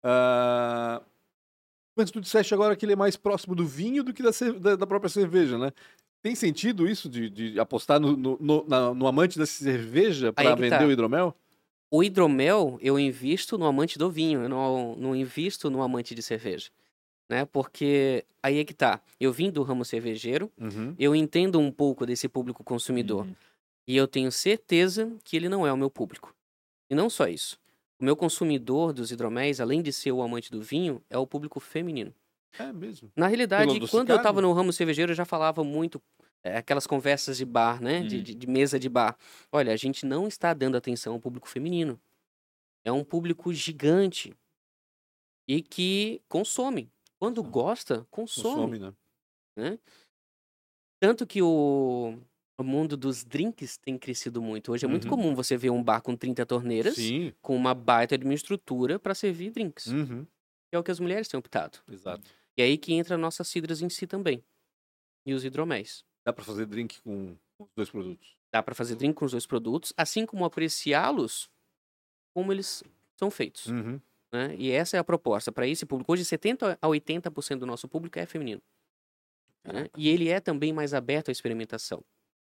Mas tu disseste agora que ele é mais próximo do vinho do que da própria cerveja, né? Tem sentido isso de apostar no amante da cerveja para vender o hidromel? O hidromel, eu invisto no amante do vinho, eu não invisto no amante de cerveja, né? Porque aí é que tá. Eu vim do ramo cervejeiro, eu entendo um pouco desse público consumidor. E eu tenho certeza que ele não é o meu público. E não só isso. O meu consumidor dos hidroméis, além de ser o amante do vinho, é o público feminino. É mesmo? Na realidade, quando eu tava no ramo cervejeiro, eu já falava muito aquelas conversas de bar, né? De mesa de bar. Olha, a gente não está dando atenção ao público feminino. É um público gigante e que consome. Quando gosta, consome. Né? Né? Tanto que o mundo dos drinks tem crescido muito. Hoje é muito comum você ver um bar com 30 torneiras, Sim. com uma baita de uma estrutura para servir drinks. Uhum. Que é o que as mulheres têm optado. Exato. E aí que entra nossas cidras em si também. E os hidroméis. Dá pra fazer drink com os 2 produtos. Dá para fazer drink com os 2 produtos, assim como apreciá-los como eles são feitos. Uhum. Né? E essa é a proposta para esse público. Hoje, 70% a 80% do nosso público é feminino. Né? E ele é também mais aberto à experimentação.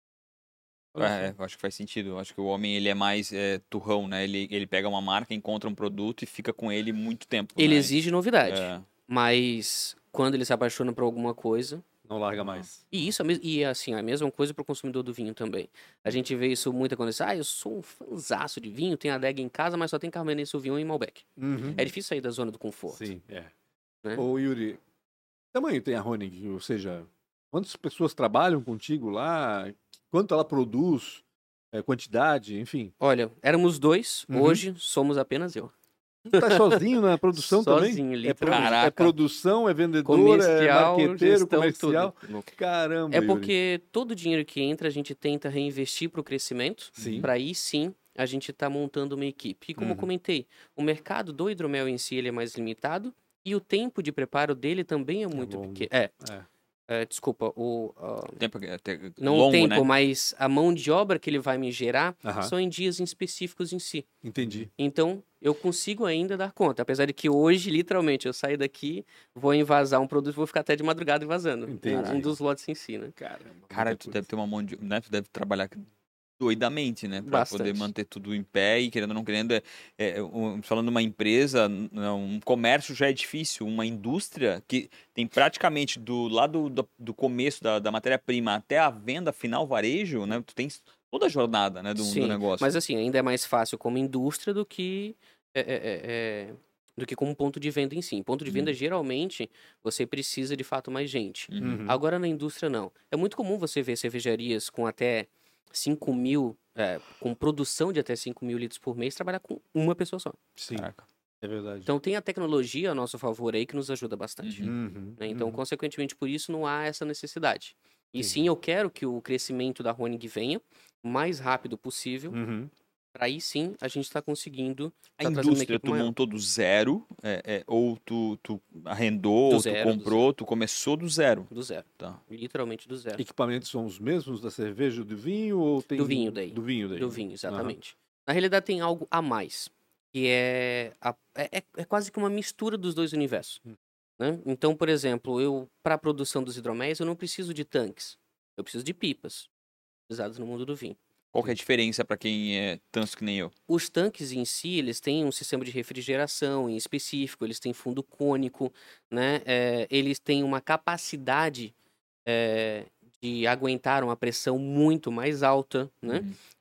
Eu acho que faz sentido. Eu acho que o homem ele é mais turrão, né? Ele pega uma marca, encontra um produto e fica com ele muito tempo. Ele né? exige novidade. Mas quando ele se apaixona por alguma coisa... Não larga mais. E isso assim, a mesma coisa para o consumidor do vinho também. A gente vê isso muito quando diz, eu sou um fãzaço de vinho, tenho adega em casa, mas só tem Cabernet Sauvignon e Malbec. Uhum. É difícil sair da zona do conforto. Sim, é. Né? Ô, Yuri, que tamanho tem a Honig? Ou seja, quantas pessoas trabalham contigo lá? Quanto ela produz? Quantidade, enfim. Olha, éramos 2, hoje somos apenas eu. Tu tá sozinho na produção também? Sozinho, literalmente. É produção, é vendedor, Comercial, é marqueteiro, gestão, comercial. tudo. Caramba, É Yuri. porque todo o dinheiro que entra a gente tenta reinvestir para o crescimento. Sim. Para aí sim a gente tá montando uma equipe. E como eu comentei, o mercado do hidromel em si ele é mais limitado e o tempo de preparo dele também é muito longo. pequeno. Desculpa, Tempo, não longo, o tempo, né? mas a mão de obra que ele vai me gerar Aham. são em dias específicos em si. Entendi. Então, eu consigo ainda dar conta. Apesar de que hoje, literalmente, eu saio daqui, vou envasar um produto e vou ficar até de madrugada envasando. Entendi. Um dos lotes em si, né? Caramba. Cara, muita tu coisa. deve ter uma mão de... Né? Tu deve trabalhar doidamente, né? Pra Bastante. poder manter tudo em pé e querendo ou não querendo... falando de uma empresa, um comércio já é difícil. Uma indústria que tem praticamente do lado do começo da matéria-prima até a venda final, varejo, né? Tu tens toda a jornada, né? Do Sim, negócio. mas assim, ainda é mais fácil como indústria do que como ponto de venda em si. Em ponto de venda, geralmente, você precisa de fato mais gente. Uhum. Agora, na indústria, não. É muito comum você ver cervejarias com até 5 mil, com produção de até 5 mil litros por mês, trabalhar com uma pessoa só. Sim, Caraca. é verdade. Então, tem a tecnologia a nosso favor aí que nos ajuda bastante. Né? Então, consequentemente, por isso, não há essa necessidade. E sim, eu quero que o crescimento da Honig venha o mais rápido possível. Para aí sim a gente está conseguindo. A tá trazendo uma indústria equipe tu maior. montou do zero, ou tu arrendou, Do ou zero, tu comprou, tu começou do zero. Do zero. Tá. Literalmente do zero. Equipamentos são os mesmos da cerveja, do vinho ou tem... Do vinho daí. Do vinho daí. Do vinho, exatamente. Na realidade tem algo a mais, que é quase que uma mistura dos dois universos. Né? Então, por exemplo, para a produção dos hidroméis, eu não preciso de tanques. Eu preciso de pipas, utilizadas no mundo do vinho. Qual que é a diferença para quem é tanto que nem eu? Os tanques em si, eles têm um sistema de refrigeração em específico, eles têm fundo cônico, né? Eles têm uma capacidade de aguentar uma pressão muito mais alta, né?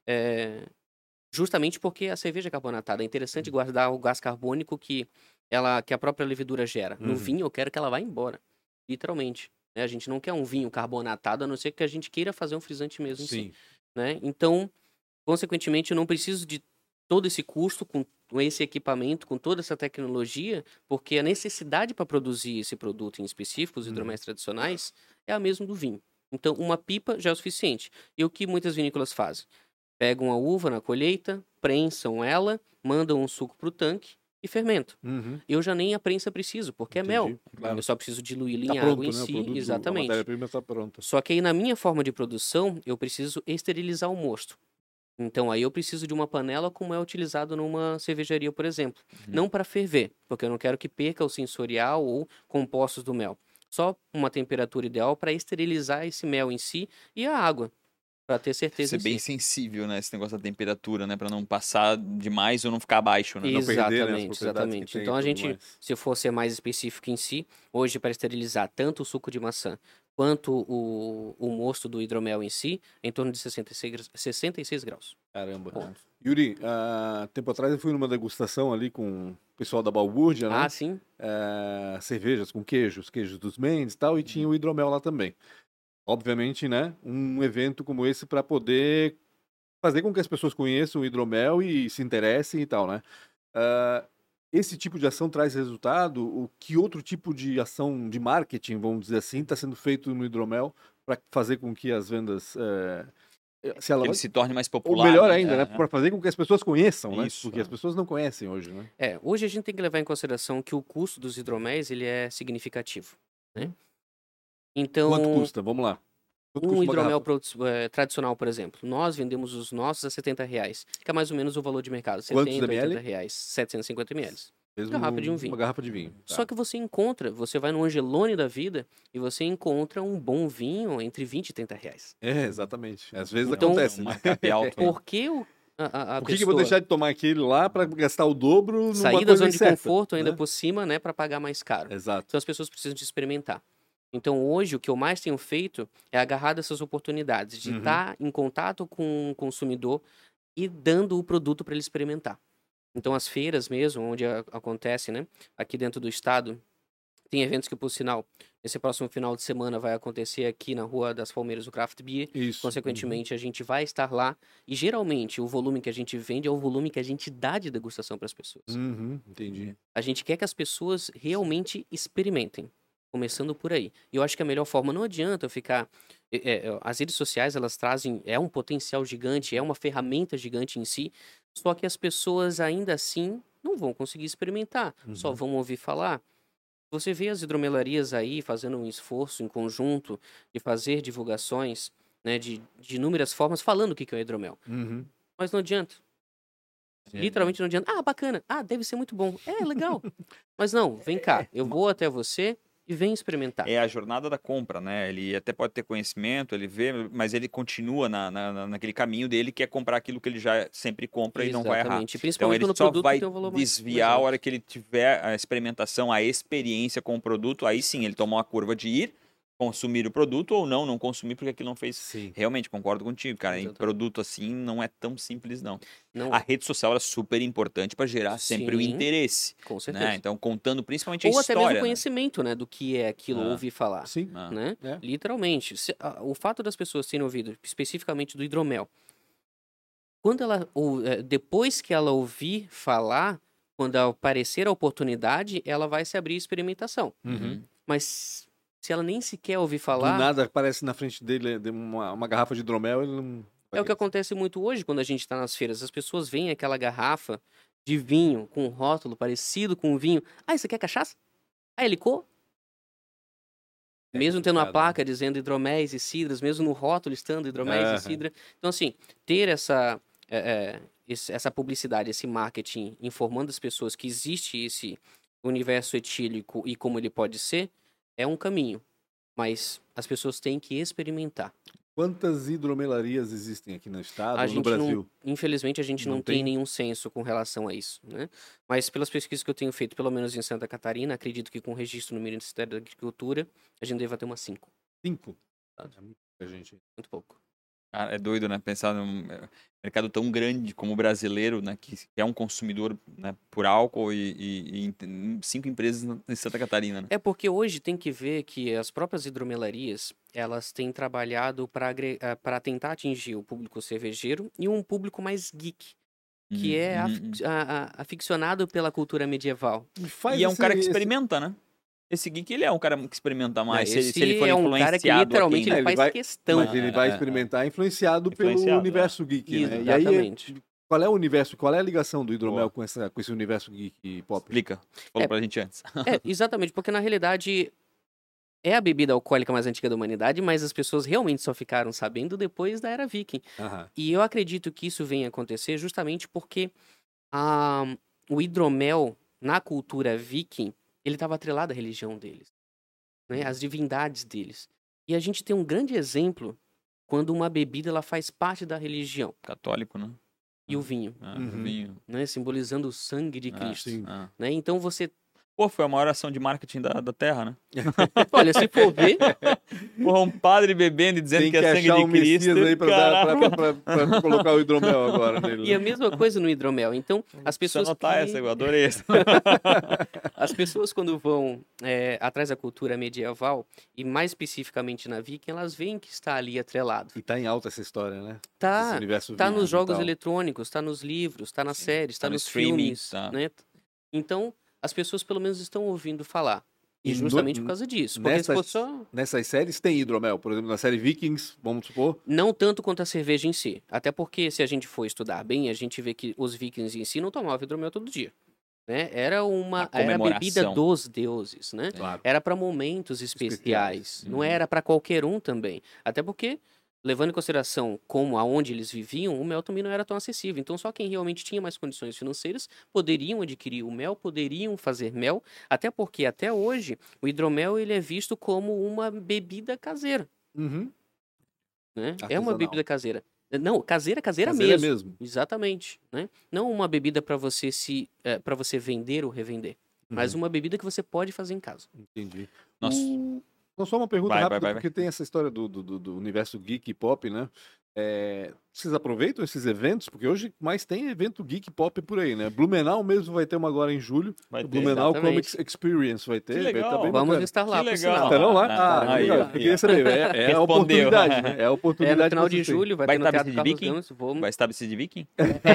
Justamente porque a cerveja carbonatada é interessante guardar o gás carbônico que a própria levedura gera. No vinho, eu quero que ela vá embora, literalmente. Né? A gente não quer um vinho carbonatado, a não ser que a gente queira fazer um frisante mesmo em si. Né? Então, consequentemente, eu não preciso de todo esse custo com esse equipamento, com toda essa tecnologia, porque a necessidade para produzir esse produto em específico, os hidroméis tradicionais, é a mesma do vinho. Então, uma pipa já é o suficiente. E o que muitas vinícolas fazem? Pegam a uva na colheita, prensam ela, mandam um suco para o tanque e fermentam. Eu já nem a prensa preciso, porque é mel. Claro. Eu só preciso diluí-lo Tá em pronto, água em né? si. O produto, Exatamente. A matéria-prima está pronta. Só que aí na minha forma de produção, eu preciso esterilizar o mosto. Então aí eu preciso de uma panela como é utilizado numa cervejaria, por exemplo. Não para ferver, porque eu não quero que perca o sensorial ou compostos do mel. Só uma temperatura ideal para esterilizar esse mel em si e a água, para ter certeza Ser em bem si. sensível, né? Esse negócio da temperatura, né? Para não passar demais ou não ficar abaixo, né? Não perder, né, as Exatamente, propriedades exatamente. que tem e Então a tudo gente, mais. se for ser mais específico em si, hoje para esterilizar tanto o suco de maçã quanto o mosto do hidromel em si, em torno de 66 graus. Caramba. Ponto. Yuri, tempo atrás eu fui numa degustação ali com o pessoal da Balbúrdia, né? Ah, sim? Cervejas com queijos dos Mendes e tal, e tinha o hidromel lá também. Obviamente, né? Um evento como esse para poder fazer com que as pessoas conheçam o hidromel e se interessem e tal, né? esse tipo de ação traz resultado? O que outro tipo de ação de marketing, vamos dizer assim, está sendo feito no hidromel para fazer com que as vendas se Ele se torne mais ou popular, melhor né? ainda, né? Para fazer com que as pessoas conheçam, né? Isso, Porque as pessoas não conhecem hoje, né? Hoje a gente tem que levar em consideração que o custo dos hidroméis ele é significativo, né? Então, Quanto custa? Vamos lá. Quanto custa um uma hidromel garrafa? tradicional, por exemplo, nós vendemos os nossos a R$70, que é mais ou menos o valor de mercado. Quantos 70, ml? R$80, 750 ml. Mesmo Garrafa de um vinho. Uma garrafa de vinho. Tá. Só que você vai no Angelone da vida e você encontra um bom vinho entre 20 e R$30. Exatamente. Às vezes Então, acontece, né? Markup alto. Por que a Por que eu vou pessoa deixar de tomar aquele lá para gastar o dobro numa sair da coisa zona de incerta, conforto ainda né? por cima, né, para pagar mais caro? Exato. Então as pessoas precisam de experimentar. Então hoje o que eu mais tenho feito é agarrar dessas oportunidades de estar em contato com o consumidor e dando o produto para ele experimentar. Então as feiras mesmo, onde acontece, né, aqui dentro do estado, tem eventos que, por sinal, esse próximo final de semana vai acontecer aqui na Rua das Palmeiras, o Craft Beer. Isso. Consequentemente, a gente vai estar lá e geralmente o volume que a gente vende é o volume que a gente dá de degustação para as pessoas. Entendi. A gente quer que as pessoas realmente experimentem. Começando por aí. E eu acho que a melhor forma, não adianta eu ficar... as redes sociais, elas trazem... É um potencial gigante, é uma ferramenta gigante em si, só que as pessoas ainda assim não vão conseguir experimentar, só vão ouvir falar. Você vê as hidromelarias aí fazendo um esforço em conjunto de fazer divulgações, né, de inúmeras formas, falando o que é o hidromel. Mas não adianta. Literalmente não adianta. Ah, bacana. Ah, deve ser muito bom. É, legal. Mas não, vem cá. Eu vou até você e vem experimentar. É a jornada da compra, né? Ele até pode ter conhecimento, ele vê, mas ele continua naquele caminho dele, que é comprar aquilo que ele já sempre compra e não vai errar. Exatamente. Então Principalmente ele quando o só produto vai tem um valor mais desviar a alto. hora que ele tiver a experimentação, a experiência com o produto, aí sim ele toma uma curva de ir consumir o produto ou não consumir porque aquilo não fez. Sim. Realmente, concordo contigo, cara. Em Exatamente. produto assim não é tão simples, não. Não, A rede social é super importante para gerar sempre o Sim, interesse, com certeza. né? Então, contando principalmente a Ou até história, mesmo né? conhecimento, né, do que é aquilo, Ah. ouvir falar. Sim. Ah. Né? É. Literalmente. O fato das pessoas terem ouvido, especificamente do hidromel, quando ela, depois que ela ouvir falar, quando aparecer a oportunidade, ela vai se abrir à experimentação. Mas se ela nem sequer ouvir Do falar, nada aparece na frente dele uma garrafa de hidromel, ele não... é o que acontece muito hoje quando a gente está nas feiras. As pessoas veem aquela garrafa de vinho com um rótulo parecido com o vinho. Ah, isso aqui é cachaça? Ah, é licor? Mesmo tendo uma complicado, placa dizendo hidroméis e cidras, mesmo no rótulo estando hidroméis e cidra. Então, assim, ter essa publicidade, esse marketing informando as pessoas que existe esse universo etílico e como ele pode ser, é um caminho. Mas as pessoas têm que experimentar. Quantas hidromelarias existem aqui no estado A ou no gente Brasil? Infelizmente, a gente Não não tem tem? nenhum senso com relação a isso, né? Mas pelas pesquisas que eu tenho feito, pelo menos em Santa Catarina, acredito que com registro no Ministério da Agricultura, a gente deva ter umas 5. 5? É muita gente. Muito pouco. Ah, é doido, né? Pensar num mercado tão grande como o brasileiro, né? Que é um consumidor, né, por álcool e 5 empresas em Santa Catarina, né? É porque hoje tem que ver que as próprias hidromelarias, elas têm trabalhado para tentar atingir o público cervejeiro e um público mais geek, que é aficionado pela cultura medieval. E é um cara que experimenta, né? Esse geek, ele é um cara que experimenta mais, se ele for é um influenciado cara que literalmente aqui, né? ele faz questão. Mas ele vai experimentar influenciado pelo Influenciado, universo geek, né? E Exatamente. aí, qual é o universo, qual é a ligação do hidromel com esse universo geek pop? Explica. Falou pra gente antes. Exatamente, porque na realidade é a bebida alcoólica mais antiga da humanidade, mas as pessoas realmente só ficaram sabendo depois da era viking. E eu acredito que isso venha acontecer justamente porque o hidromel, na cultura viking, ele estava atrelado à religião deles, né? Às divindades deles. E a gente tem um grande exemplo quando uma bebida ela faz parte da religião. Católico, né? E o vinho, O vinho. né? Simbolizando o sangue de Cristo. sim. Né? Então você... Pô, foi a maior ação de marketing da Terra, né? Olha, se for ver... Porra, um padre bebendo e dizendo Tem que é sangue achar de um Cristo. Messias aí Caraca. pra colocar o hidromel agora nele. E a mesma coisa no hidromel. Então, as pessoas Deixa eu anotar essa, eu adorei essa. As pessoas quando vão atrás da cultura medieval, e mais especificamente na Viking, elas veem que está ali atrelado. E tá em alta essa história, né? Tá, Esse universo tá viking nos e jogos tal. eletrônicos, tá nos livros, tá nas séries, tá no nos streaming, filmes, tá. né? Então, as pessoas pelo menos estão ouvindo falar. E justamente por causa disso. Porque se fosse só... Nessas séries tem hidromel. Por exemplo, na série Vikings, vamos supor. Não tanto quanto a cerveja em si. Até porque, se a gente for estudar bem, a gente vê que os vikings em si não tomavam hidromel todo dia. Né? Era a bebida dos deuses, né? Claro. Era para momentos especiais. Não era para qualquer um também. Até porque, levando em consideração como aonde eles viviam, o mel também não era tão acessível. Então, só quem realmente tinha mais condições financeiras poderiam adquirir o mel, poderiam fazer mel. Até porque, até hoje, o hidromel ele é visto como uma bebida caseira. Uhum. Né? É uma bebida caseira. Não, caseira mesmo. Exatamente. Né? Não uma bebida para você para você vender ou revender. Mas uma bebida que você pode fazer em casa. Entendi. Nossa. Então, só uma pergunta rápida, porque tem essa história do universo geek e pop, né? Vocês aproveitam esses eventos? Porque hoje mais tem evento geek pop por aí, né? Blumenau mesmo vai ter uma agora em julho. O Blumenau Comics Experience vai ter. Que legal. Vai tá bem Vamos bacana. estar lá. Que legal. Estarão lá? Aí, legal. Eu queria saber. É a oportunidade, né? É a oportunidade. No final de julho vai ter no Teatro de Carlos Viking? Gomes. Vai estar vestido de Viking?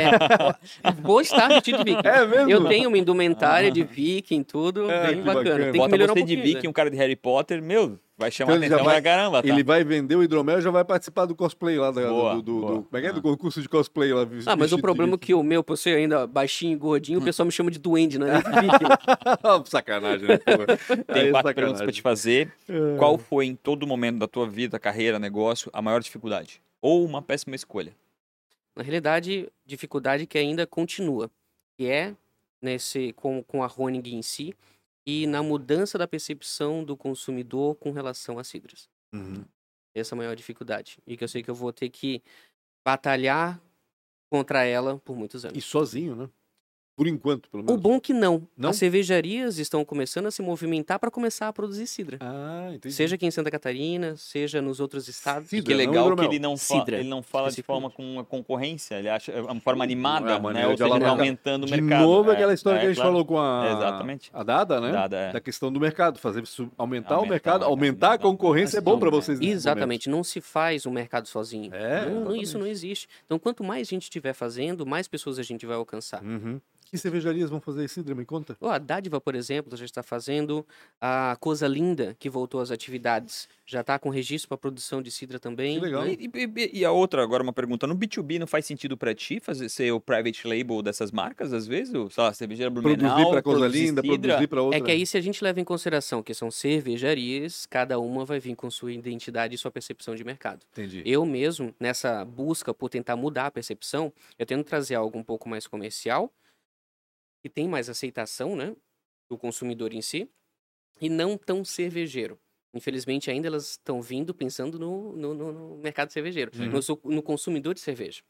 Vou estar vestido de Viking. É mesmo? Eu tenho uma indumentária de Viking, tudo bem bacana. Tem que Bota melhorar você um de pouquinho, Viking, né? um cara de Harry Potter, meu, vai chamar Então, atenção pra caramba, tá? Ele vai vender o hidromel e já vai participar do cosplay lá. Boa. Como é que é? Do concurso de cosplay lá. Mas o problema é que o meu, por ser ainda baixinho e gordinho, o pessoal me chama de duende, né? Sacanagem, né? Tem 4 perguntas pra te fazer. Qual foi, em todo momento da tua vida, carreira, negócio, a maior dificuldade? Ou uma péssima escolha? Na realidade, dificuldade que ainda continua, que é com a Honig em si e na mudança da percepção do consumidor com relação às cidras. Uhum. Essa é a maior dificuldade. E que eu sei que eu vou ter que batalhar contra ela por muitos anos. E sozinho, né? Por enquanto, pelo menos. O bom que não. Não? As cervejarias estão começando a se movimentar para começar a produzir cidra. Ah, entendi. Seja aqui em Santa Catarina, seja nos outros estados. Cidra, que legal que hidromel. ele não fala de forma com uma concorrência, ele acha uma forma animada, né? Ou de seja, alavancar. aumentando o De mercado. novo, aquela história que a gente claro. falou com Exatamente. a Dada, né? Dada, da questão do mercado, aumentar o mercado, aumentar a concorrência é bom para vocês. Exatamente, não se faz um mercado sozinho. Exatamente. Isso não existe. Então, quanto mais gente estiver fazendo, mais pessoas a gente vai alcançar. Uhum. Que cervejarias vão fazer cidra, me conta? A Dádiva, por exemplo, já está fazendo. A Coisa Linda, que voltou às atividades, já está com registro para produção de cidra também. Que legal. Né? E a outra, agora uma pergunta, no B2B não faz sentido para ti ser o private label dessas marcas, às vezes? Sei lá, cervejeira Blumenau, produzir para Coisa produzir Linda, cidra. produzir para outra. É que aí, se a gente leva em consideração que são cervejarias, cada uma vai vir com sua identidade e sua percepção de mercado. Entendi. Eu mesmo, nessa busca por tentar mudar a percepção, eu tento trazer algo um pouco mais comercial, que tem mais aceitação, né, do consumidor em si, e não tão cervejeiro. Infelizmente, ainda elas estão vindo pensando no mercado cervejeiro, no consumidor de cerveja.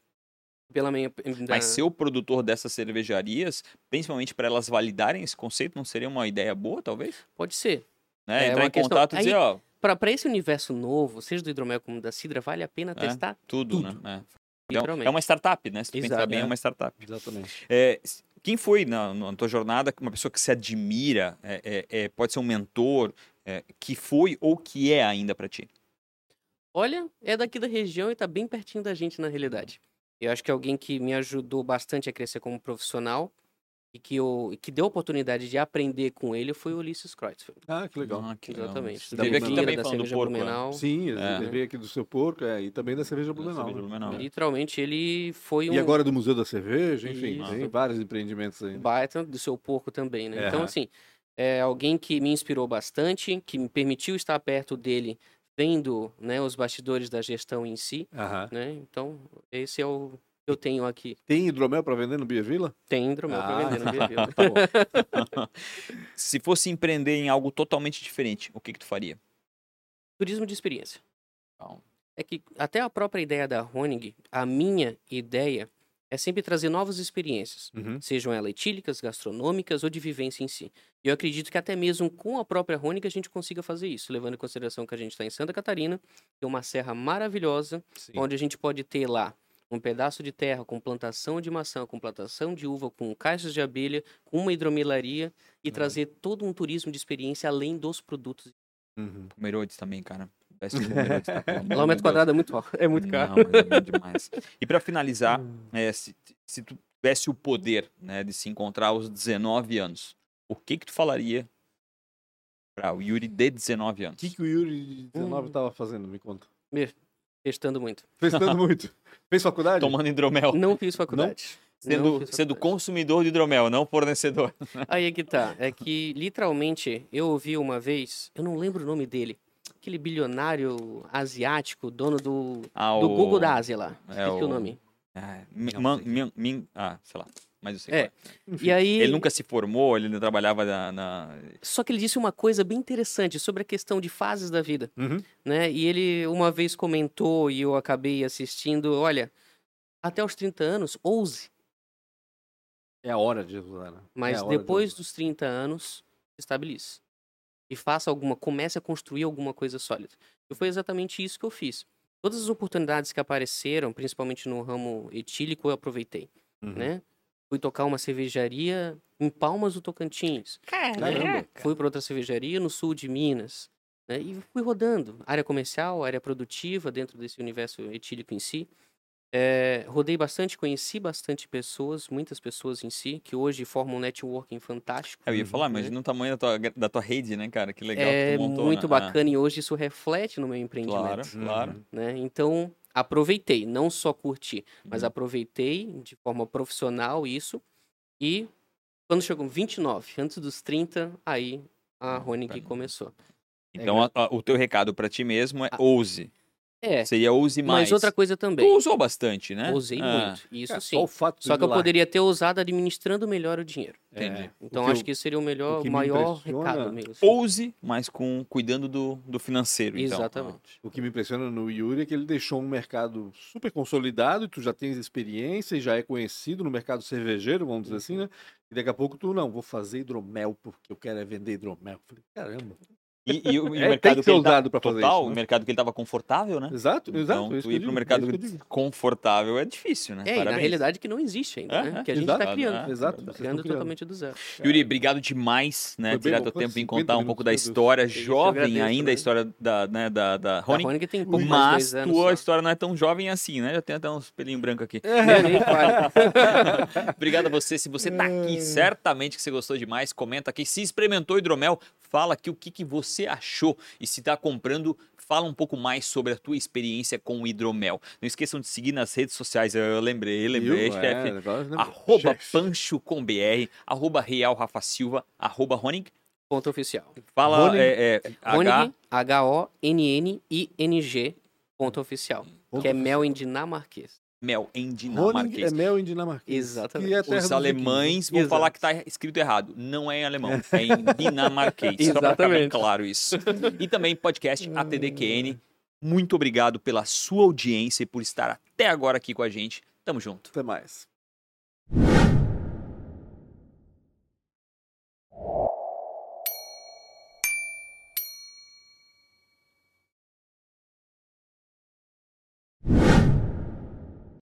Mas ser o produtor dessas cervejarias, principalmente para elas validarem esse conceito, não seria uma ideia boa, talvez? Pode ser. Né? Entrar em contato e dizer, ó... Para esse universo novo, seja do hidromel como da cidra, vale a pena testar tudo. Né? É uma startup, né? Se tu pensar bem, é uma startup. Exatamente. Quem foi na tua jornada uma pessoa que se admira, pode ser um mentor, que foi ou que é ainda para ti? Olha, é daqui da região e tá bem pertinho da gente na realidade. Eu acho que alguém que me ajudou bastante a crescer como profissional e que deu a oportunidade de aprender com ele foi o Ulisses Kreutzfeld. Ah, que legal. Exatamente. Teve aqui também da falando do cerveja porco. Blumenau. Sim, ele veio aqui do seu porco e também da cerveja Blumenau. Literalmente, ele foi E agora do Museu da Cerveja, enfim, Isso. tem vários empreendimentos aí. Baita do seu porco também, né? Então, assim, é alguém que me inspirou bastante, que me permitiu estar perto dele, vendo, né, os bastidores da gestão em si, né? Então, esse é o que eu tenho aqui. Tem hidromel para vender no Bia Vila? Tem hidromel para vender no Bia Vila. Tá bom. Se fosse empreender em algo totalmente diferente, o que tu faria? Turismo de experiência. Bom. É que até a própria ideia da Honig, a minha ideia é sempre trazer novas experiências, sejam elas etílicas, gastronômicas ou de vivência em si. E eu acredito que até mesmo com a própria Honig a gente consiga fazer isso, levando em consideração que a gente está em Santa Catarina, tem uma serra maravilhosa, onde a gente pode ter lá um pedaço de terra com plantação de maçã, com plantação de uva, com caixas de abelha, com uma hidromelaria e trazer todo um turismo de experiência além dos produtos. Pomerode também, cara. Lá o metro quadrado é muito caro. É muito caro. Não, mas é bom demais. E para finalizar, se tu tivesse o poder, né, de se encontrar aos 19 anos, o que tu falaria para o Yuri de 19 anos? O que o Yuri de 19 estava fazendo? Me conta. Testando muito. Testando muito. Fez faculdade? Tomando hidromel. Não fiz faculdade. Sendo consumidor de hidromel, não fornecedor. Aí é que tá. É que, literalmente, eu ouvi uma vez, eu não lembro o nome dele, aquele bilionário asiático, dono do Google da Ásia lá. Esqueci o nome. Sei lá. Mas eu sei. E aí... Ele nunca se formou, ele trabalhava Só que ele disse uma coisa bem interessante sobre a questão de fases da vida. Né? E ele uma vez comentou, e eu acabei assistindo, olha, até os 30 anos, ouse. É a hora de usar, né? Mas depois dos 30 anos, estabilize. E comece a construir alguma coisa sólida. E foi exatamente isso que eu fiz. Todas as oportunidades que apareceram, principalmente no ramo etílico, eu aproveitei, né? Fui tocar uma cervejaria em Palmas do Tocantins. Caramba! Fui para outra cervejaria no sul de Minas. Né? E fui rodando. Área comercial, área produtiva, dentro desse universo etílico em si. Rodei bastante, conheci bastante pessoas, muitas pessoas em si, que hoje formam um networking fantástico. Eu ia falar, imagina o tamanho da tua rede, né, cara? Que legal que tu montou, muito bacana e hoje isso reflete no meu empreendimento. Claro. Né? Então, aproveitei, não só curti, mas aproveitei de forma profissional isso. E quando chegou 29, antes dos 30, aí a Honig começou. Então, o teu recado para ti mesmo é ouse. Seria ouse mais. Mas outra coisa também. Tu usou bastante, né? Usei muito, isso sim. Só o fato Só que eu poderia ter usado administrando melhor o dinheiro. Entendi. Então acho que esse seria o maior recado mesmo. Ouse, mas cuidando do financeiro. Exatamente. Então. O que me impressiona no Yuri é que ele deixou um mercado super consolidado, e tu já tens experiência e já é conhecido no mercado cervejeiro, vamos dizer assim, né? E daqui a pouco tu, vou fazer hidromel porque eu quero vender hidromel. Falei, caramba. E o mercado que ele usado para fazer isso, né? O mercado que ele estava confortável, né? Exato. Então, tu ir para o mercado confortável é difícil, né? E na realidade que não existe ainda, né? Que a gente está criando. Exato. Criando totalmente do zero. Yuri, obrigado demais, né? Tirar teu tempo em contar um pouco da história jovem ainda, a história da Honig. A Honig tem pouco mais de 2 anos. Mas tua história não é tão jovem assim, né? Já tem até uns pelinhos brancos aqui. Obrigado a você. Se você tá aqui, certamente que você gostou demais. Comenta aqui. Se experimentou hidromel, fala aqui o que você achou. E se tá comprando, fala um pouco mais sobre a tua experiência com o hidromel. Não esqueçam de seguir nas redes sociais. Eu lembrei, chefe. @pancho.com.br, @Real Rafa Silva, @Honig. Ponto oficial. Fala Honig, HONNING, ponto oficial. Que é mel em dinamarquês. Mel em dinamarquês. É mel em dinamarquês. Exatamente. Os alemães vão falar que está escrito errado. Não é em alemão, é em dinamarquês. Só para ficar bem claro isso. E também podcast ATDQN. Muito obrigado pela sua audiência e por estar até agora aqui com a gente. Tamo junto. Até mais.